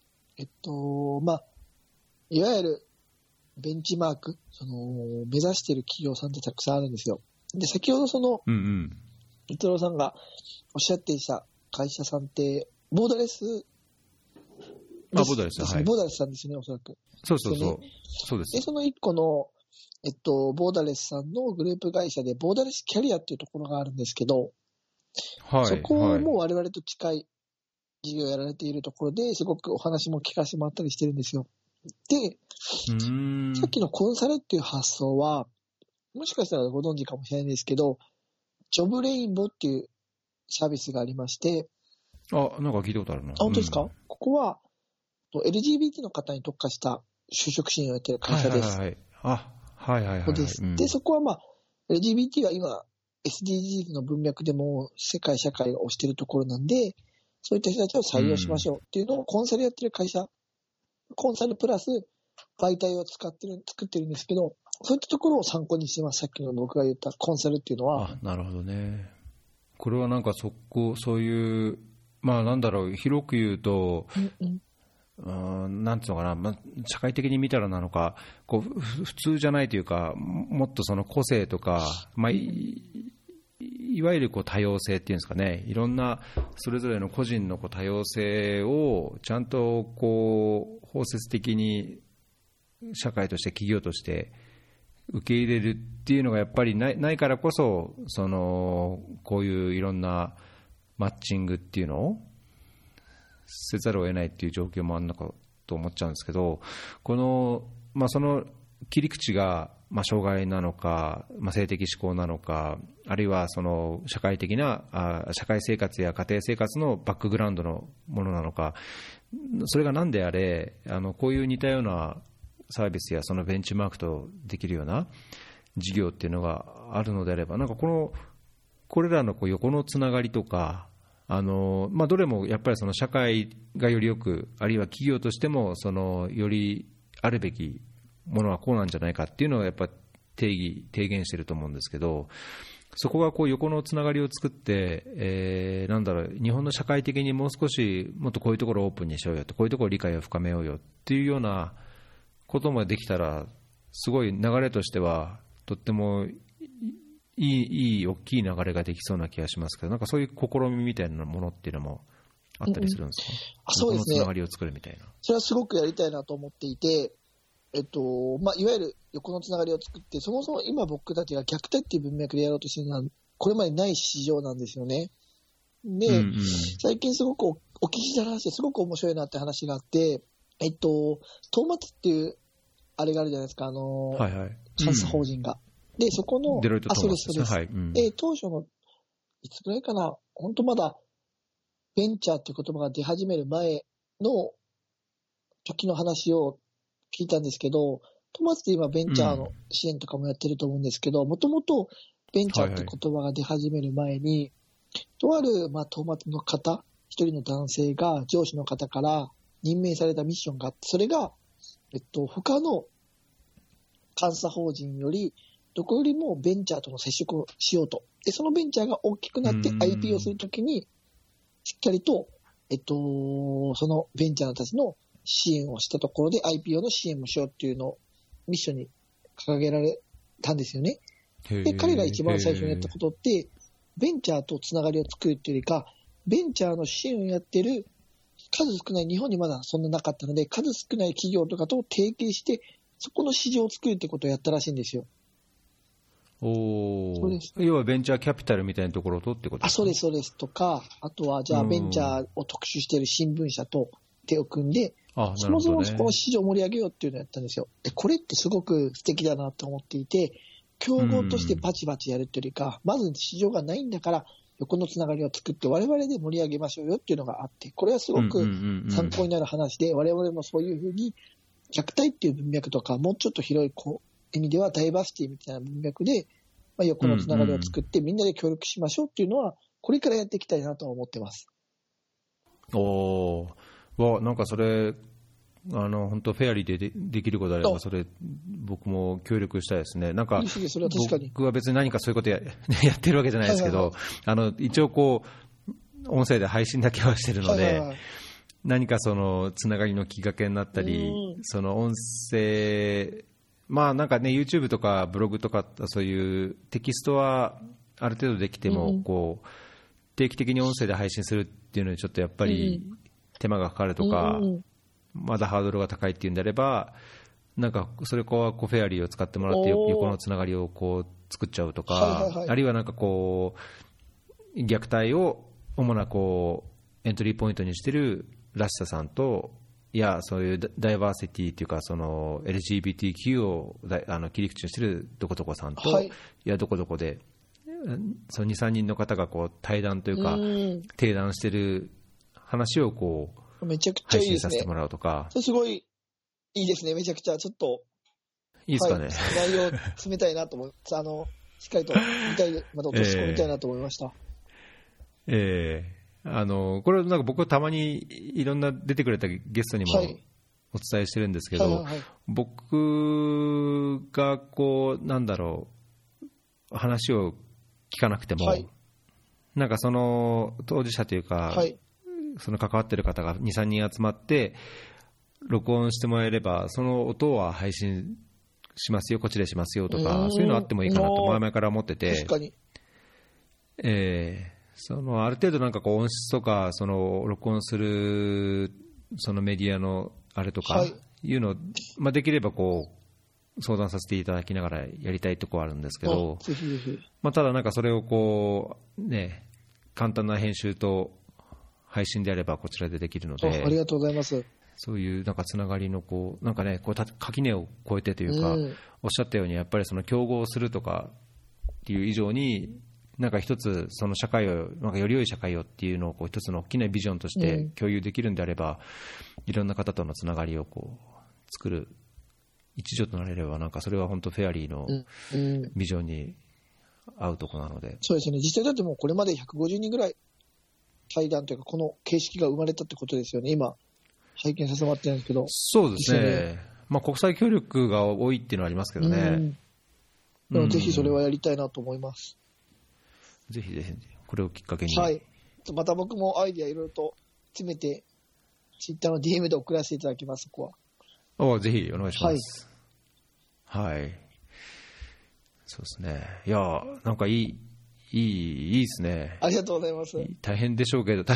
S1: いわゆるベンチマーク、目指している企業さんってたくさんあるんですよ。で、先ほど伊藤さんがおっしゃっていた会社さんって、ボーダレス
S2: ボーダレス、はい。
S1: ボーダレスさんですね、おそらく。
S2: そうです。
S1: で、その一個の、ボーダレスさんのグループ会社で、ボーダレスキャリアっていうところがあるんですけど、そこも我々と近い事業をやられているところで、すごくお話も聞かせてもらったりしてるんですよ。で、さっきのコンサルっていう発想は、もしかしたらご存知かもしれないんですけど、ジョブレインボーっていうサービスがありまして、
S2: なんか聞いたことあるな。
S1: 本当ですか？ここは、LGBT の方に特化した就職支援をやっている会社です。そうです。で、そこはLGBT は今、SDGs の文脈でも世界社会が推しているところなんで、そういった人たちを採用しましょうっていうのをコンサルやってる会社、コンサルプラス媒体を作ってるんですけど、そういったところを参考にしてます。さっきの僕が言ったコンサルっていうのは。
S2: なるほどね。これはなんかそういう、広く言うと、なんていうのかな、社会的に見たらなのか、普通じゃないというか、もっとその個性とか、いわゆる多様性っていうんですかね、いろんなそれぞれの個人の多様性をちゃんと包摂的に社会として企業として受け入れるっていうのがやっぱりないからこそ、こういういろんなマッチングっていうのをせざるを得ないっていう状況もあるのかと思っちゃうんですけど、その切り口が障害なのか、性的指向なのか、あるいはその社会的な社会生活や家庭生活のバックグラウンドのものなのか、それが何であれ、こういう似たようなサービスやそのベンチマークとできるような事業っていうのがあるのであれば、なんかこれらの横のつながりとか、どれもやっぱりその社会がよりよく、あるいは企業としてもよりあるべきものはこうなんじゃないかっていうのをやっぱ提言してると思うんですけど、そこが横のつながりを作って、日本の社会的にもう少しもっとこういうところをオープンにしようよと、こういうところ理解を深めようよっていうようなこともできたら、すごい流れとしてはとってもいい大きい流れができそうな気がしますけど、なんかそういう試みみたいなものっていうのもあったりするんですか？
S1: そうですね。
S2: つながりを作るみたいな。
S1: それはすごくやりたいなと思っていて、いわゆる横のつながりを作って、そもそも今僕たちが虐待っていう文脈でやろうとしているのは、これまでない市場なんですよね。で、最近すごくお聞きした話ですごく面白いなって話があって、トーマツっていうあれがあるじゃないですか、監査法人が。で、そこの、
S2: デロイトトーマツですね。
S1: 当初の、いつぐらいかな、本当まだベンチャーっていう言葉が出始める前の時の話を聞いたんですけど、トマスで今ベンチャーの支援とかもやってると思うんですけど、もともとベンチャーって言葉が出始める前に、とある、トマスの方、一人の男性が上司の方から任命されたミッションがあって、それが、他の監査法人より、どこよりもベンチャーとの接触をしようと。で、そのベンチャーが大きくなって IP をするときに、しっかりと、そのベンチャーたちの支援をしたところで IPO の支援もしようっていうのをミッションに掲げられたんですよね。で、彼が一番最初にやったことって、ベンチャーとつながりを作るっていうよりか、ベンチャーの支援をやってる数少ない、日本にまだそんななかったので、数少ない企業とかと提携して、そこの市場を作るってことをやったらしいんですよ。
S2: そうです。要はベンチャーキャピタルみたいなところとってことですか？
S1: そうです、そうです。とか、あとは、じゃあベンチャーを特集している新聞社と手を組んで、そもそもそこの市場を盛り上げようっていうのをやったんですよ。で、これってすごく素敵だなと思っていて、競合としてバチバチやるっていうよりか、まず市場がないんだから、横のつながりを作って我々で盛り上げましょうよっていうのがあって、これはすごく参考になる話で、我々もそういうふうに、虐待っていう文脈とか、もうちょっと広い意味ではダイバーシティみたいな文脈で、横のつながりを作ってみんなで協力しましょうっていうのは、これからやっていきたいなと思ってます。
S2: なんかそれ、本当フェアリーで できることであれば、それ、僕も協力したいですね。なんか、僕は別に何かそういうことやってるわけじゃないですけど、一応音声で配信だけはしてるので、何かそのつながりのきっかけになったり、その音声、なんかね、YouTube とかブログとか、そういうテキストはある程度できても、定期的に音声で配信するっていうのにちょっとやっぱり手間がかかるとか、まだハードルが高いっていうんであれば、なんかそれフェアリーを使ってもらって横のつながりを作っちゃうとか、あるいはなんか虐待を主なエントリーポイントにしてるらしささんと、いやそういうダイバーシティっていうか、その LGBTQ を切り口にしてるどこどこさんと、いやどこどこでその 2,3 人の方が対談というか提談してる話を
S1: めちゃくちゃいいですね。
S2: 配信させてもらうとか、
S1: それすごいいいですね。めちゃくちゃちょっと
S2: いいですかね。
S1: 内容詰めたいなと思ってしっかりとまた落とし込みたいなと思いました。
S2: これなんか僕はたまにいろんな出てくれたゲストにもお伝えしてるんですけど、僕が話を聞かなくても、なんかその当事者というか、その関わってる方が 2,3 人集まって録音してもらえれば、その音は配信しますよ、こっちでしますよとか、そういうのあってもいいかなと前々から思ってて、
S1: 確かに、
S2: ある程度なんか音質とか、その録音するそのメディアのあれとかいうのを、できれば相談させていただきながらやりたいところはあるんですけど、
S1: ぜひぜひ、
S2: ただなんかそれを簡単な編集と配信であればこちらでできるので、
S1: ありがとうございます。
S2: そういうなんかつながりのなんかね、垣根を越えてというか、おっしゃったようにやっぱりその競合するとかっていう以上に、なんか一つその社会をなんかより良い社会をっていうのを一つの大きなビジョンとして共有できるんであれば、いろんな方とのつながりを作る一助となれれば、なんかそれは本当フェアリーのビジョンに合うところなので、
S1: そうですね。実際だってもうこれまで150人ぐらい対談というかこの形式が生まれたってことですよね。今拝見させてもらってるんですけど。
S2: そうですね。国際協力が多いっていうのはありますけどね。
S1: ぜひそれはやりたいなと思います。
S2: ぜひぜひこれをきっかけに。
S1: また僕もアイデアいろいろと詰めてツイッターの DM で送らせていただきます。そこ
S2: は。ぜひお願いします。はい。そうですね。いやなんかいいですね。
S1: ありがとうございます。
S2: 大変でしょうけど、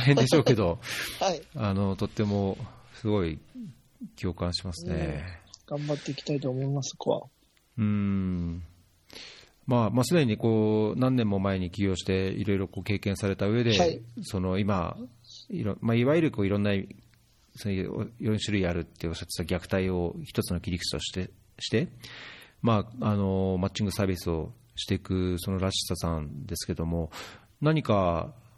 S2: とってもすごい共感しますね。
S1: 頑張っていきたいと思います。そこは。
S2: すでに何年も前に起業していろいろ経験された上で、その今いわゆるいろんなそういう4種類あるっておっしゃってた虐待を一つの切り口としてマッチングサービスをしていくそのらしささんですけども、何か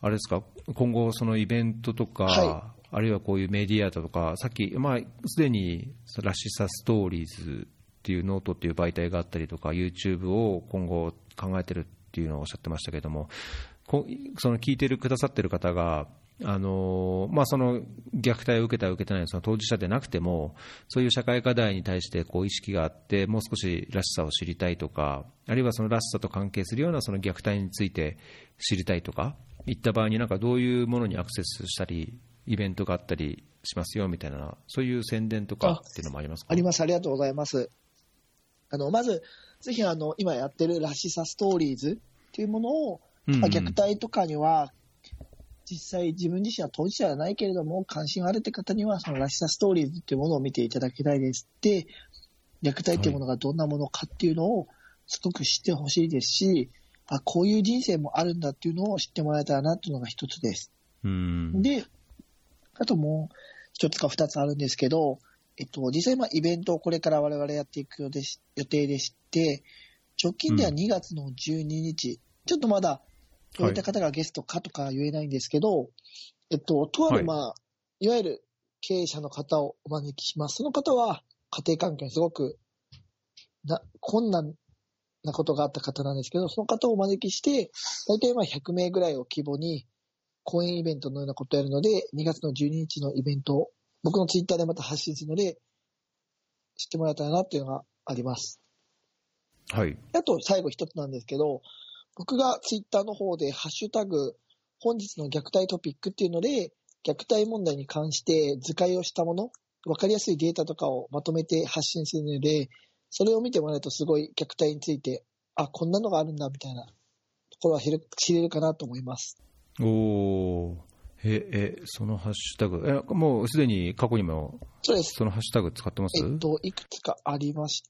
S2: あれですか、今後、そのイベントとか、
S1: は
S2: あるいはこういうメディアとか、さっき、すでにらしさストーリーズっていうノートっていう媒体があったりとか、YouTube を今後考えてるっていうのをおっしゃってましたけれども、その聞いてくださってる方が、その虐待を受けた、受けてないその当事者でなくても、そういう社会課題に対してこう意識があって、もう少しらしさを知りたいとか、あるいはそのらしさと関係するようなその虐待について知りたいとかいった場合に、なんかどういうものにアクセスしたり、イベントがあったりしますよみたいな、そういう宣伝とかっていうのもありますか？
S1: あります。ありがとうございます。まず、ぜひ今やってるらしさストーリーズっていうものを、虐待とかには、実際自分自身は当事者ではないけれども、関心があるって方には、そのらしさストーリーズっていうものを見ていただきたいです。で、虐待っていうものがどんなものかっていうのをすごく知ってほしいですし、こういう人生もあるんだっていうのを知ってもらえたらなっていうのが一つです。で、あともう一つか二つあるんですけど、実際イベントをこれから我々やっていく予定でして、直近では2月の12日、ちょっとまだどういった方がゲストかとか言えないんですけど、とある、いわゆる経営者の方をお招きします。その方は家庭環境にすごく困難なことがあった方なんですけど、その方をお招きして、大体100名ぐらいを規模に講演イベントのようなことをやるので、2月の12日のイベントを僕のツイッターでまた発信するので、知ってもらえたらなっていうのがあります。
S2: はい。
S1: あと最後一つなんですけど、僕がツイッターの方でハッシュタグ本日の虐待トピックっていうので、虐待問題に関して図解をしたもの、わかりやすいデータとかをまとめて発信するので、それを見てもらうとすごい虐待について、こんなのがあるんだみたいなところは知れるかなと思います。
S2: おー、そのハッシュタグ、もうすでに過去にもそのハッシュタグ使ってます？
S1: いくつかありまして、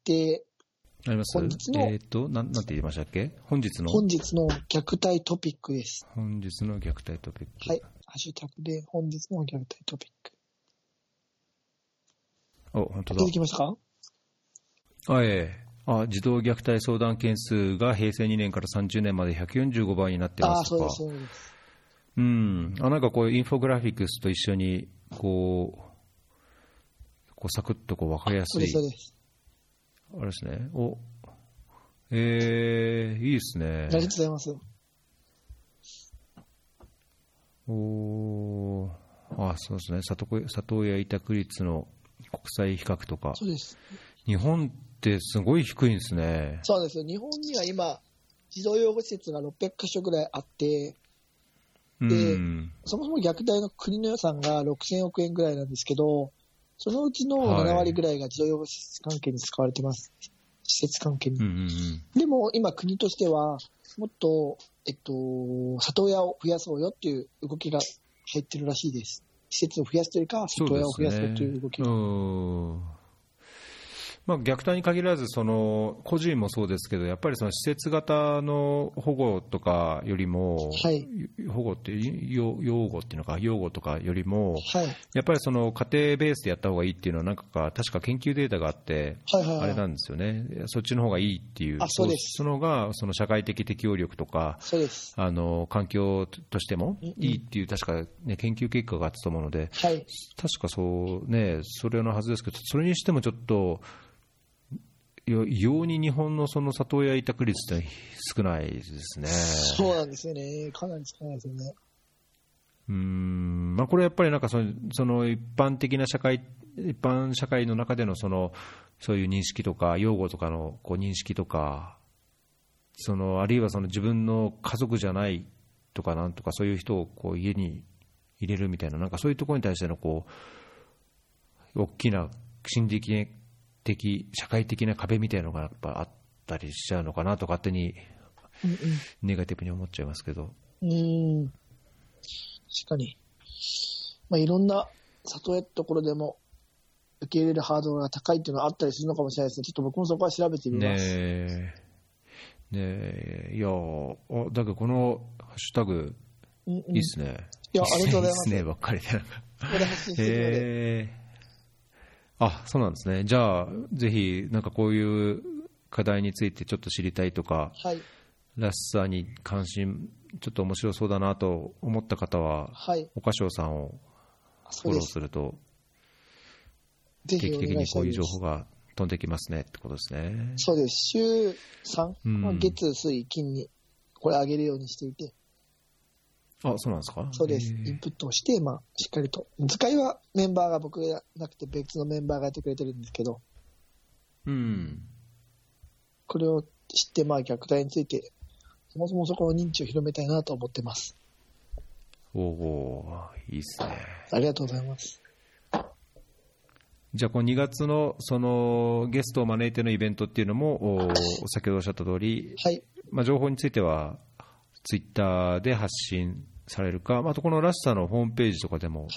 S2: あります。
S1: 本日の
S2: なんて言いましたっけ？本日の
S1: 虐待トピックです。
S2: 本日の虐待トピック。
S1: はい。ハッシュタグで本日の虐待トピック。
S2: 本当だ。
S1: 出てきましたか？
S2: 児童虐待相談件数が平成2年から30年まで145倍になってますとか。
S1: そうです。
S2: なんかこういうインフォグラフィックスと一緒にこうサクッと分かりやすい。
S1: そうです。
S2: あれですね。いいですね。
S1: ありがとうございます。
S2: そうですね。里親委託率の国際比較とか。
S1: そうです。
S2: 日本ってすごい低いんですね。
S1: そうです。日本には今、児童養護施設が600カ所ぐらいあって、で、そもそも虐待の国の予算が6000億円ぐらいなんですけど、そのうちの7割ぐらいが児童養護施設関係に使われてます。施設関係に。でも今国としては、もっと、里親を増やそうよっていう動きが入ってるらしいです。施設を増やすというか、里親を増やそうという動きが。
S2: 虐待に限らず個人もそうですけど、やっぱりその施設型の保護とかよりも、保護って養護っていうのか、養護とかよりも、やっぱりその家庭ベースでやった方がいいっていうのは確か研究データがあって、あれなんですよね。そっちの方がいいっていう、
S1: そうです。
S2: そのがその社会的適応力とか、環境としてもいいっていう確かね研究結果があったと思うので、確かそうねそれのはずですけど、それにしてもちょっと。異様に日本のその里親委託率って少ないですね。
S1: そうなんですよね。かなり少ないですよね。
S2: これやっぱりなんかその一般社会の中でのそういう認識とか養護とかのこう認識とか、あるいは自分の家族じゃないとかなんとかそういう人をこう家に入れるみたいな、なんかそういうところに対してのこう大きな心理的社会的な壁みたいなのがやっぱあったりしちゃうのかなと勝手にネガティブに思っちゃいますけど。
S1: 確かに。いろんな里親ってところでも受け入れるハードルが高いっていうのはあったりするのかもしれないですね。ちょっと僕もそこは調べてみます。
S2: いやだけどこのハッシュタグいいっすね。
S1: いや、ありがとうございます。
S2: いいっすねばっかりで。こ
S1: こで発信してるので。
S2: そうなんですね。じゃあぜひなんかこういう課題についてちょっと知りたいとか、らしさに関心ちょっと面白そうだなと思った方は、
S1: はい、
S2: 岡翔さんをフォローすると、
S1: 定期的に
S2: こういう情報が飛んできますねってことですね。
S1: そうです。週3、月、水、金にこれ上げるようにしていて。
S2: あ、そうなんですか。
S1: そうです。インプットをして、しっかりと。図解はメンバーが僕がなくて別のメンバーがやってくれてるんですけど。これを知って、虐待について、そもそもそこの認知を広めたいなと思ってます。
S2: いいですね。
S1: ありがとうございます。
S2: じゃあ、この2月のそのゲストを招いてのイベントっていうのも、先ほどおっしゃった通り、
S1: はい。
S2: 情報については、ツイッターで発信されるか、あとこのらしさのホームページとかでも、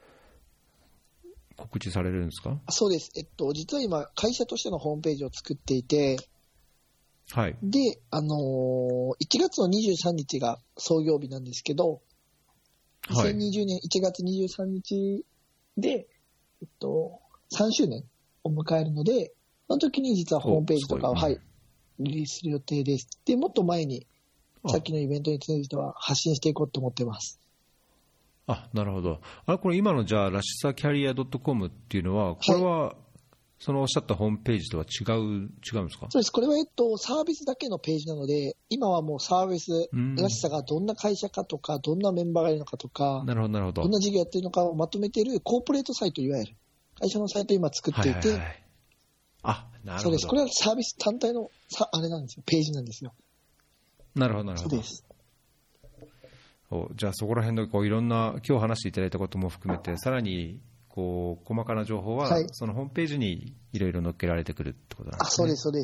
S2: 告知されるんですか？
S1: そうです。実は今、会社としてのホームページを作っていて、
S2: はい。
S1: で、1月の23日が創業日なんですけど、2020年1月23日で、3周年を迎えるので、その時に実はホームページとかを、リリースする予定です。で、もっと前に、さっきのイベントについては発信していこうと思ってます。
S2: なるほど。これ今のじゃあ、らしさキャリア .com っていうのは、これは、そのおっしゃったホームページとは違うんですか？
S1: そうです。これはサービスだけのページなので、今はもうサービスらしさがどんな会社かとか、どんなメンバーがいるのかとか、
S2: なるほど。
S1: どんな事業やってるのかをまとめているコーポレートサイト、いわゆる会社のサイトを今作っていて、
S2: なるほど。
S1: そうです。これはサービス単体のあれなんですよ。ページなんですよ。
S2: なるほど。
S1: そうです。
S2: じゃあそこら辺のいろんな今日話していただいたことも含めて、さらに細かな情報は、そのホームページにいろいろ載っけられてくるってことなんですね。
S1: そうです。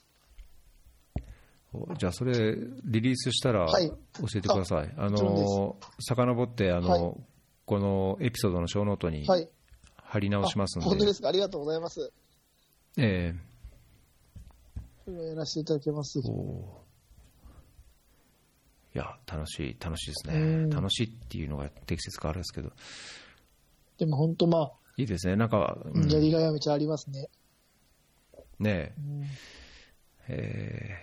S2: じゃあそれリリースしたら教えてください。遡ってこのエピソードのショーノートに貼り直しますので。
S1: 本当ですか。ありがとうございます。それをやらせていただきます。
S2: いや、楽しいですね。楽しいっていうのが適切かあれですけど。
S1: でも本当
S2: いいですね。なんか、
S1: やりがいはめちゃありますね。
S2: ねえ。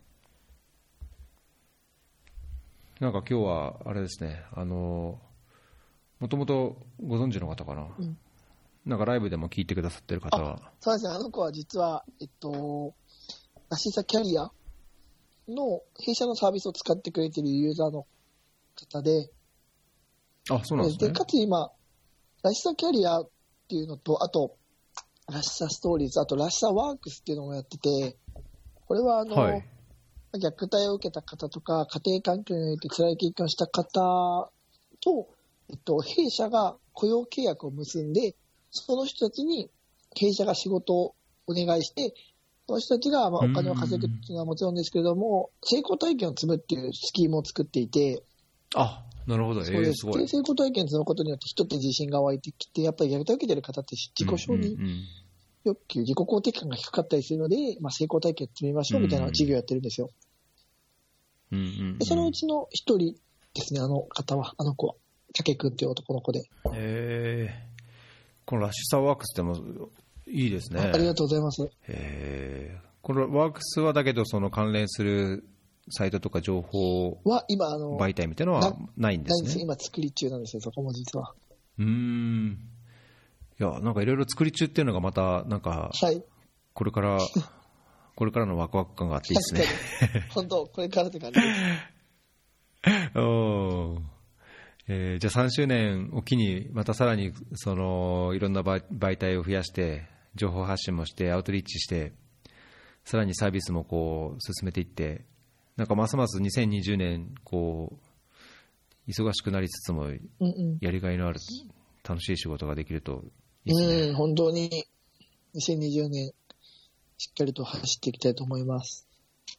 S2: なんか今日はあれですね。もともとご存知の方かな。なんかライブでも聞いてくださってる方は。
S1: そうですね。あの子は実はらしさキャリアの弊社のサービスを使ってくれているユーザーの方で、
S2: そうなんですね。
S1: でかつ今、らしさキャリアっていうのと、あと、らしさストーリーズ、あとらしさワークスっていうのもやってて、これは虐待を受けた方とか、家庭環境において辛い経験をした方と、弊社が雇用契約を結んで、その人たちに弊社が仕事をお願いして、その人たちがお金を稼ぐっていうのはもちろんですけれども、成功体験を積むっていうスキームを作っていて、
S2: なるほど。
S1: そうです。で、成功体験を積むことによって人って自信が湧いてきて、やっぱり虐待を受けている方って自己承認欲求、自己肯定感が低かったりするので、成功体験を積みましょうみたいな授業をやってるんですよ。でそのうちの一人ですね、あの方は、あの子は、竹くんっていう男の子で。
S2: このらしさワークスってもいいですね。
S1: ありがとうございます。
S2: このワークスはだけど、その関連するサイトとか情報
S1: は今
S2: 媒体みたいなのはないんですね。
S1: ないんです。今作り中なんですよ、そこも実は。
S2: いや、なんかいろいろ作り中っていうのがまたなんか、これからのワクワク感があっていいですね。
S1: 本当、これからって感じです。
S2: じゃあ3周年を機にまたさらにそのいろんな媒体を増やして情報発信もしてアウトリーチしてさらにサービスも進めていって、なんかますます2020年忙しくなりつつもやりがいのある楽しい仕事ができるといいですね。
S1: 本当に2020年しっかりと走っていきたいと思います。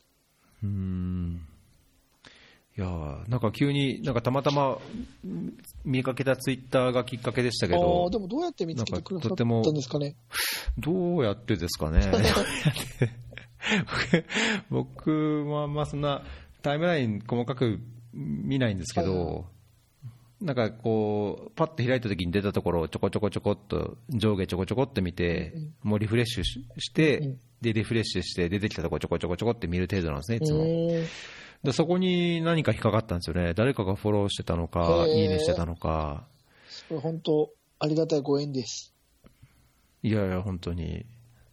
S2: いやなんか急になんかたまたま見かけたツイッターがきっかけでしたけど、
S1: でもどうやって見つけてくださったんですかね。
S2: どうやってですかね。僕はそんなタイムライン細かく見ないんですけど、 なんかこうパッと開いたときに出たところをちょこちょこちょこっと上下ちょこちょこって見て、もうリフレッシュして、でリフレッシュして出てきたところちょこちょこちょこって見る程度なんですね、いつも。でそこに何か引っかかったんですよね。誰かがフォローしてたのか、いいねしてたのか。
S1: それ本当ありがたいご縁です。
S2: いやいや本当に。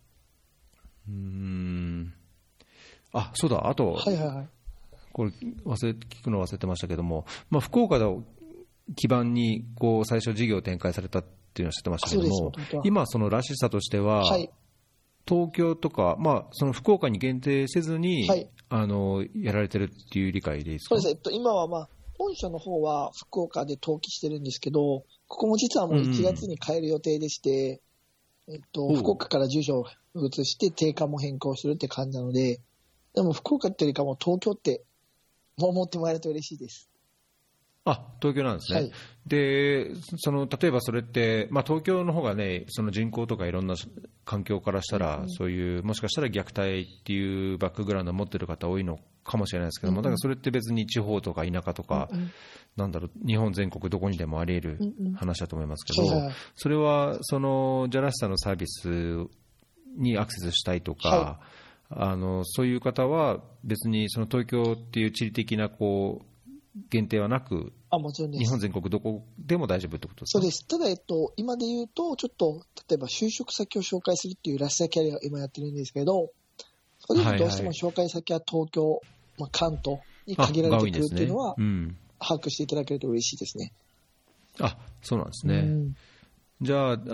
S2: あ、そうだ、あと、
S1: はいはいはい、
S2: これ聞くの忘れてましたけども、まあ、福岡を基盤にこう最初事業を展開されたっていうのは知ってましたけども、今そのらしさとしては、はい、東京とか、まあ、その福岡に限定せずに、はい、やられてるっていう理解でいいですか？
S1: そうです。今は、まあ、本社の方は福岡で登記してるんですけど、ここも実はもう1月に変える予定でして、福岡から住所を移して定価も変更するって感じなので、でも福岡っていうよりかも東京ってもう思ってもらえると嬉しいです。
S2: あ、東京なんですね。はい、で、例えばそれって、まあ、東京の方がね、その人口とかいろんな環境からしたら、そういうもしかしたら虐待っていうバックグラウンドを持っている方多いのかもしれないですけども、だからそれって別に地方とか田舎とか、なんだろう、日本全国どこにでもあり得る話だと思いますけど、それはそのじゃらしさのサービスにアクセスしたいとか、そういう方は別にその東京っていう地理的なこう限定はなく、
S1: もちろんです。
S2: 日本全国どこでも大丈夫ってことですか？
S1: そうです。ただ、今で言うと、ちょっと例えば就職先を紹介するっていうらしさキャリアを今やってるんですけど、それでどうしても紹介先は東京、まあ、関東に限られてくるっていうのは、把握していただけると嬉しいですね。
S2: あ、そうなんですね。じゃあ、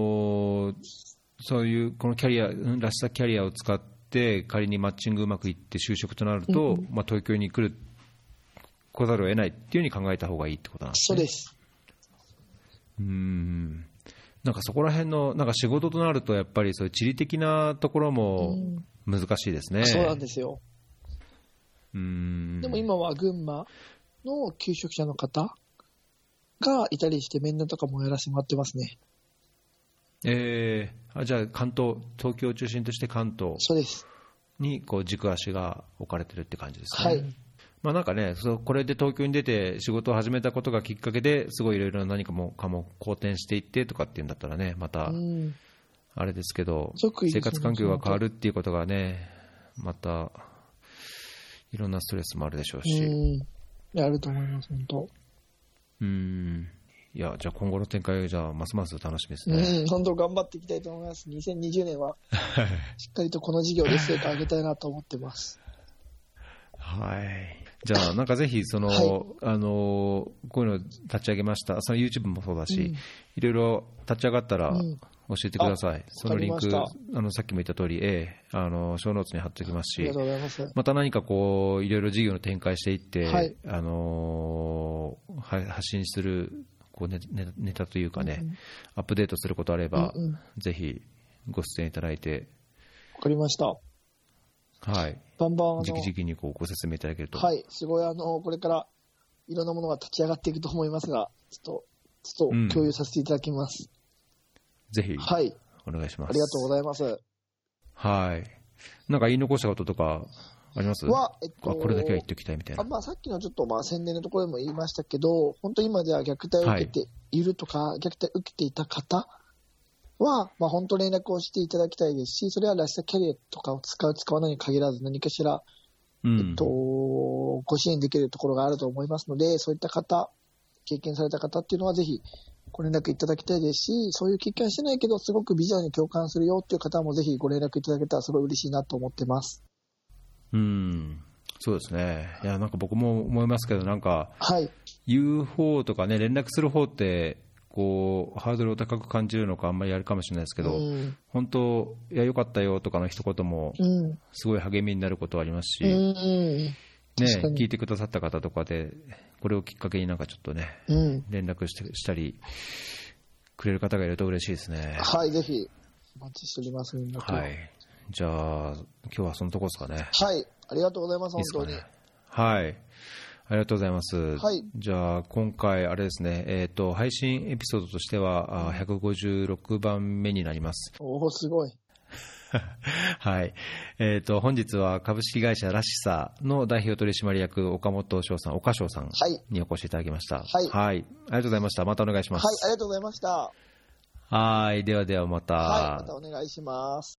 S2: そういうこのキャリア、らしさキャリアを使って仮にマッチングうまくいって就職となると、まあ、東京に来ざるを得ないっていうふうに考えた方がいいってことなんですね。そうです。なんかそこら辺のなんか仕事となるとやっぱりそういう地理的なところも難しいですね。
S1: そうなんですよ。でも今は群馬の求職者の方がいたりして面談とかもやらせてもらってますね。
S2: じゃあ東京を中心として関東にこう軸足が置かれてるって感じですね。はい。まあなんかね、これで東京に出て仕事を始めたことがきっかけですごいいろいろ何かも好転していってとかっていうんだったらね、またあれですけど、生活環境が変わるっていうことがね、またいろんなストレスもあるでしょうし。
S1: あると思います、本当。
S2: いや、じゃあ今後の展開じゃあますます楽しみですね。
S1: 本当頑張っていきたいと思います。2020年はしっかりとこの事業で成果を上げたいなと思ってます。
S2: はい。じゃあなんかぜひこういうの立ち上げました。その YouTube もそうだし、いろいろ立ち上がったら教えてください。そのリンクさっきも言った通り、ショーノーツに貼っておきますし、
S1: ありがとうございます。
S2: また何かこういろいろ事業の展開していって、発信するこうネタというかね、アップデートすることあれば、ぜひご出演いただいて。
S1: わかりました。はい。バンバン
S2: 直々にこうご説明いただけると。
S1: はい。すごいこれからいろんなものが立ち上がっていくと思いますが、ちょっと共有させていただきます。
S2: ぜひ。
S1: はい。
S2: お願いします。
S1: ありがとうございます。
S2: はい。なんか言い残したこととかあります？これだけは言っておきたいみたいな。
S1: さっきのちょっと宣伝のところでも言いましたけど、本当今では虐待を受けているとか、虐待を受けていた方は、本当連絡をしていただきたいですし、それはらしさキャリアとかを使わないに限らず何かしら、ご支援できるところがあると思いますので、そういった方、経験された方っていうのはぜひご連絡いただきたいですし、そういう経験はしてないけどすごくビジョンに共感するよっていう方もぜひご連絡いただけたらすごい嬉しいなと思ってます。
S2: そうですね。いや、なんか僕も思いますけど、なんか、言う方とかね、連絡する方ってこうハードルを高く感じるのかあんまりあるかもしれないですけど、本当いや良かったよとかの一言もすごい励みになることはありますし、聞いてくださった方とかでこれをきっかけになんかちょっとね、連絡したりくれる方がいると嬉しいですね。
S1: はい、ぜひお待ちしております。
S2: はい。じゃあ今日はそのところですかね。
S1: はい、ありがとうございます。本当に。
S2: はい。ありがとうございます。
S1: はい、
S2: じゃあ今回あれですね、配信エピソードとしては156番目になります。
S1: おお、すごい。
S2: はい。本日は株式会社らしさの代表取締役岡本翔さん、岡翔さんにお越しいただきました。
S1: はい。
S2: はい。ありがとうございました。またお願いします。
S1: はい、ありがとうございました。
S2: はい。ではではまた。
S1: はい、またお願いします。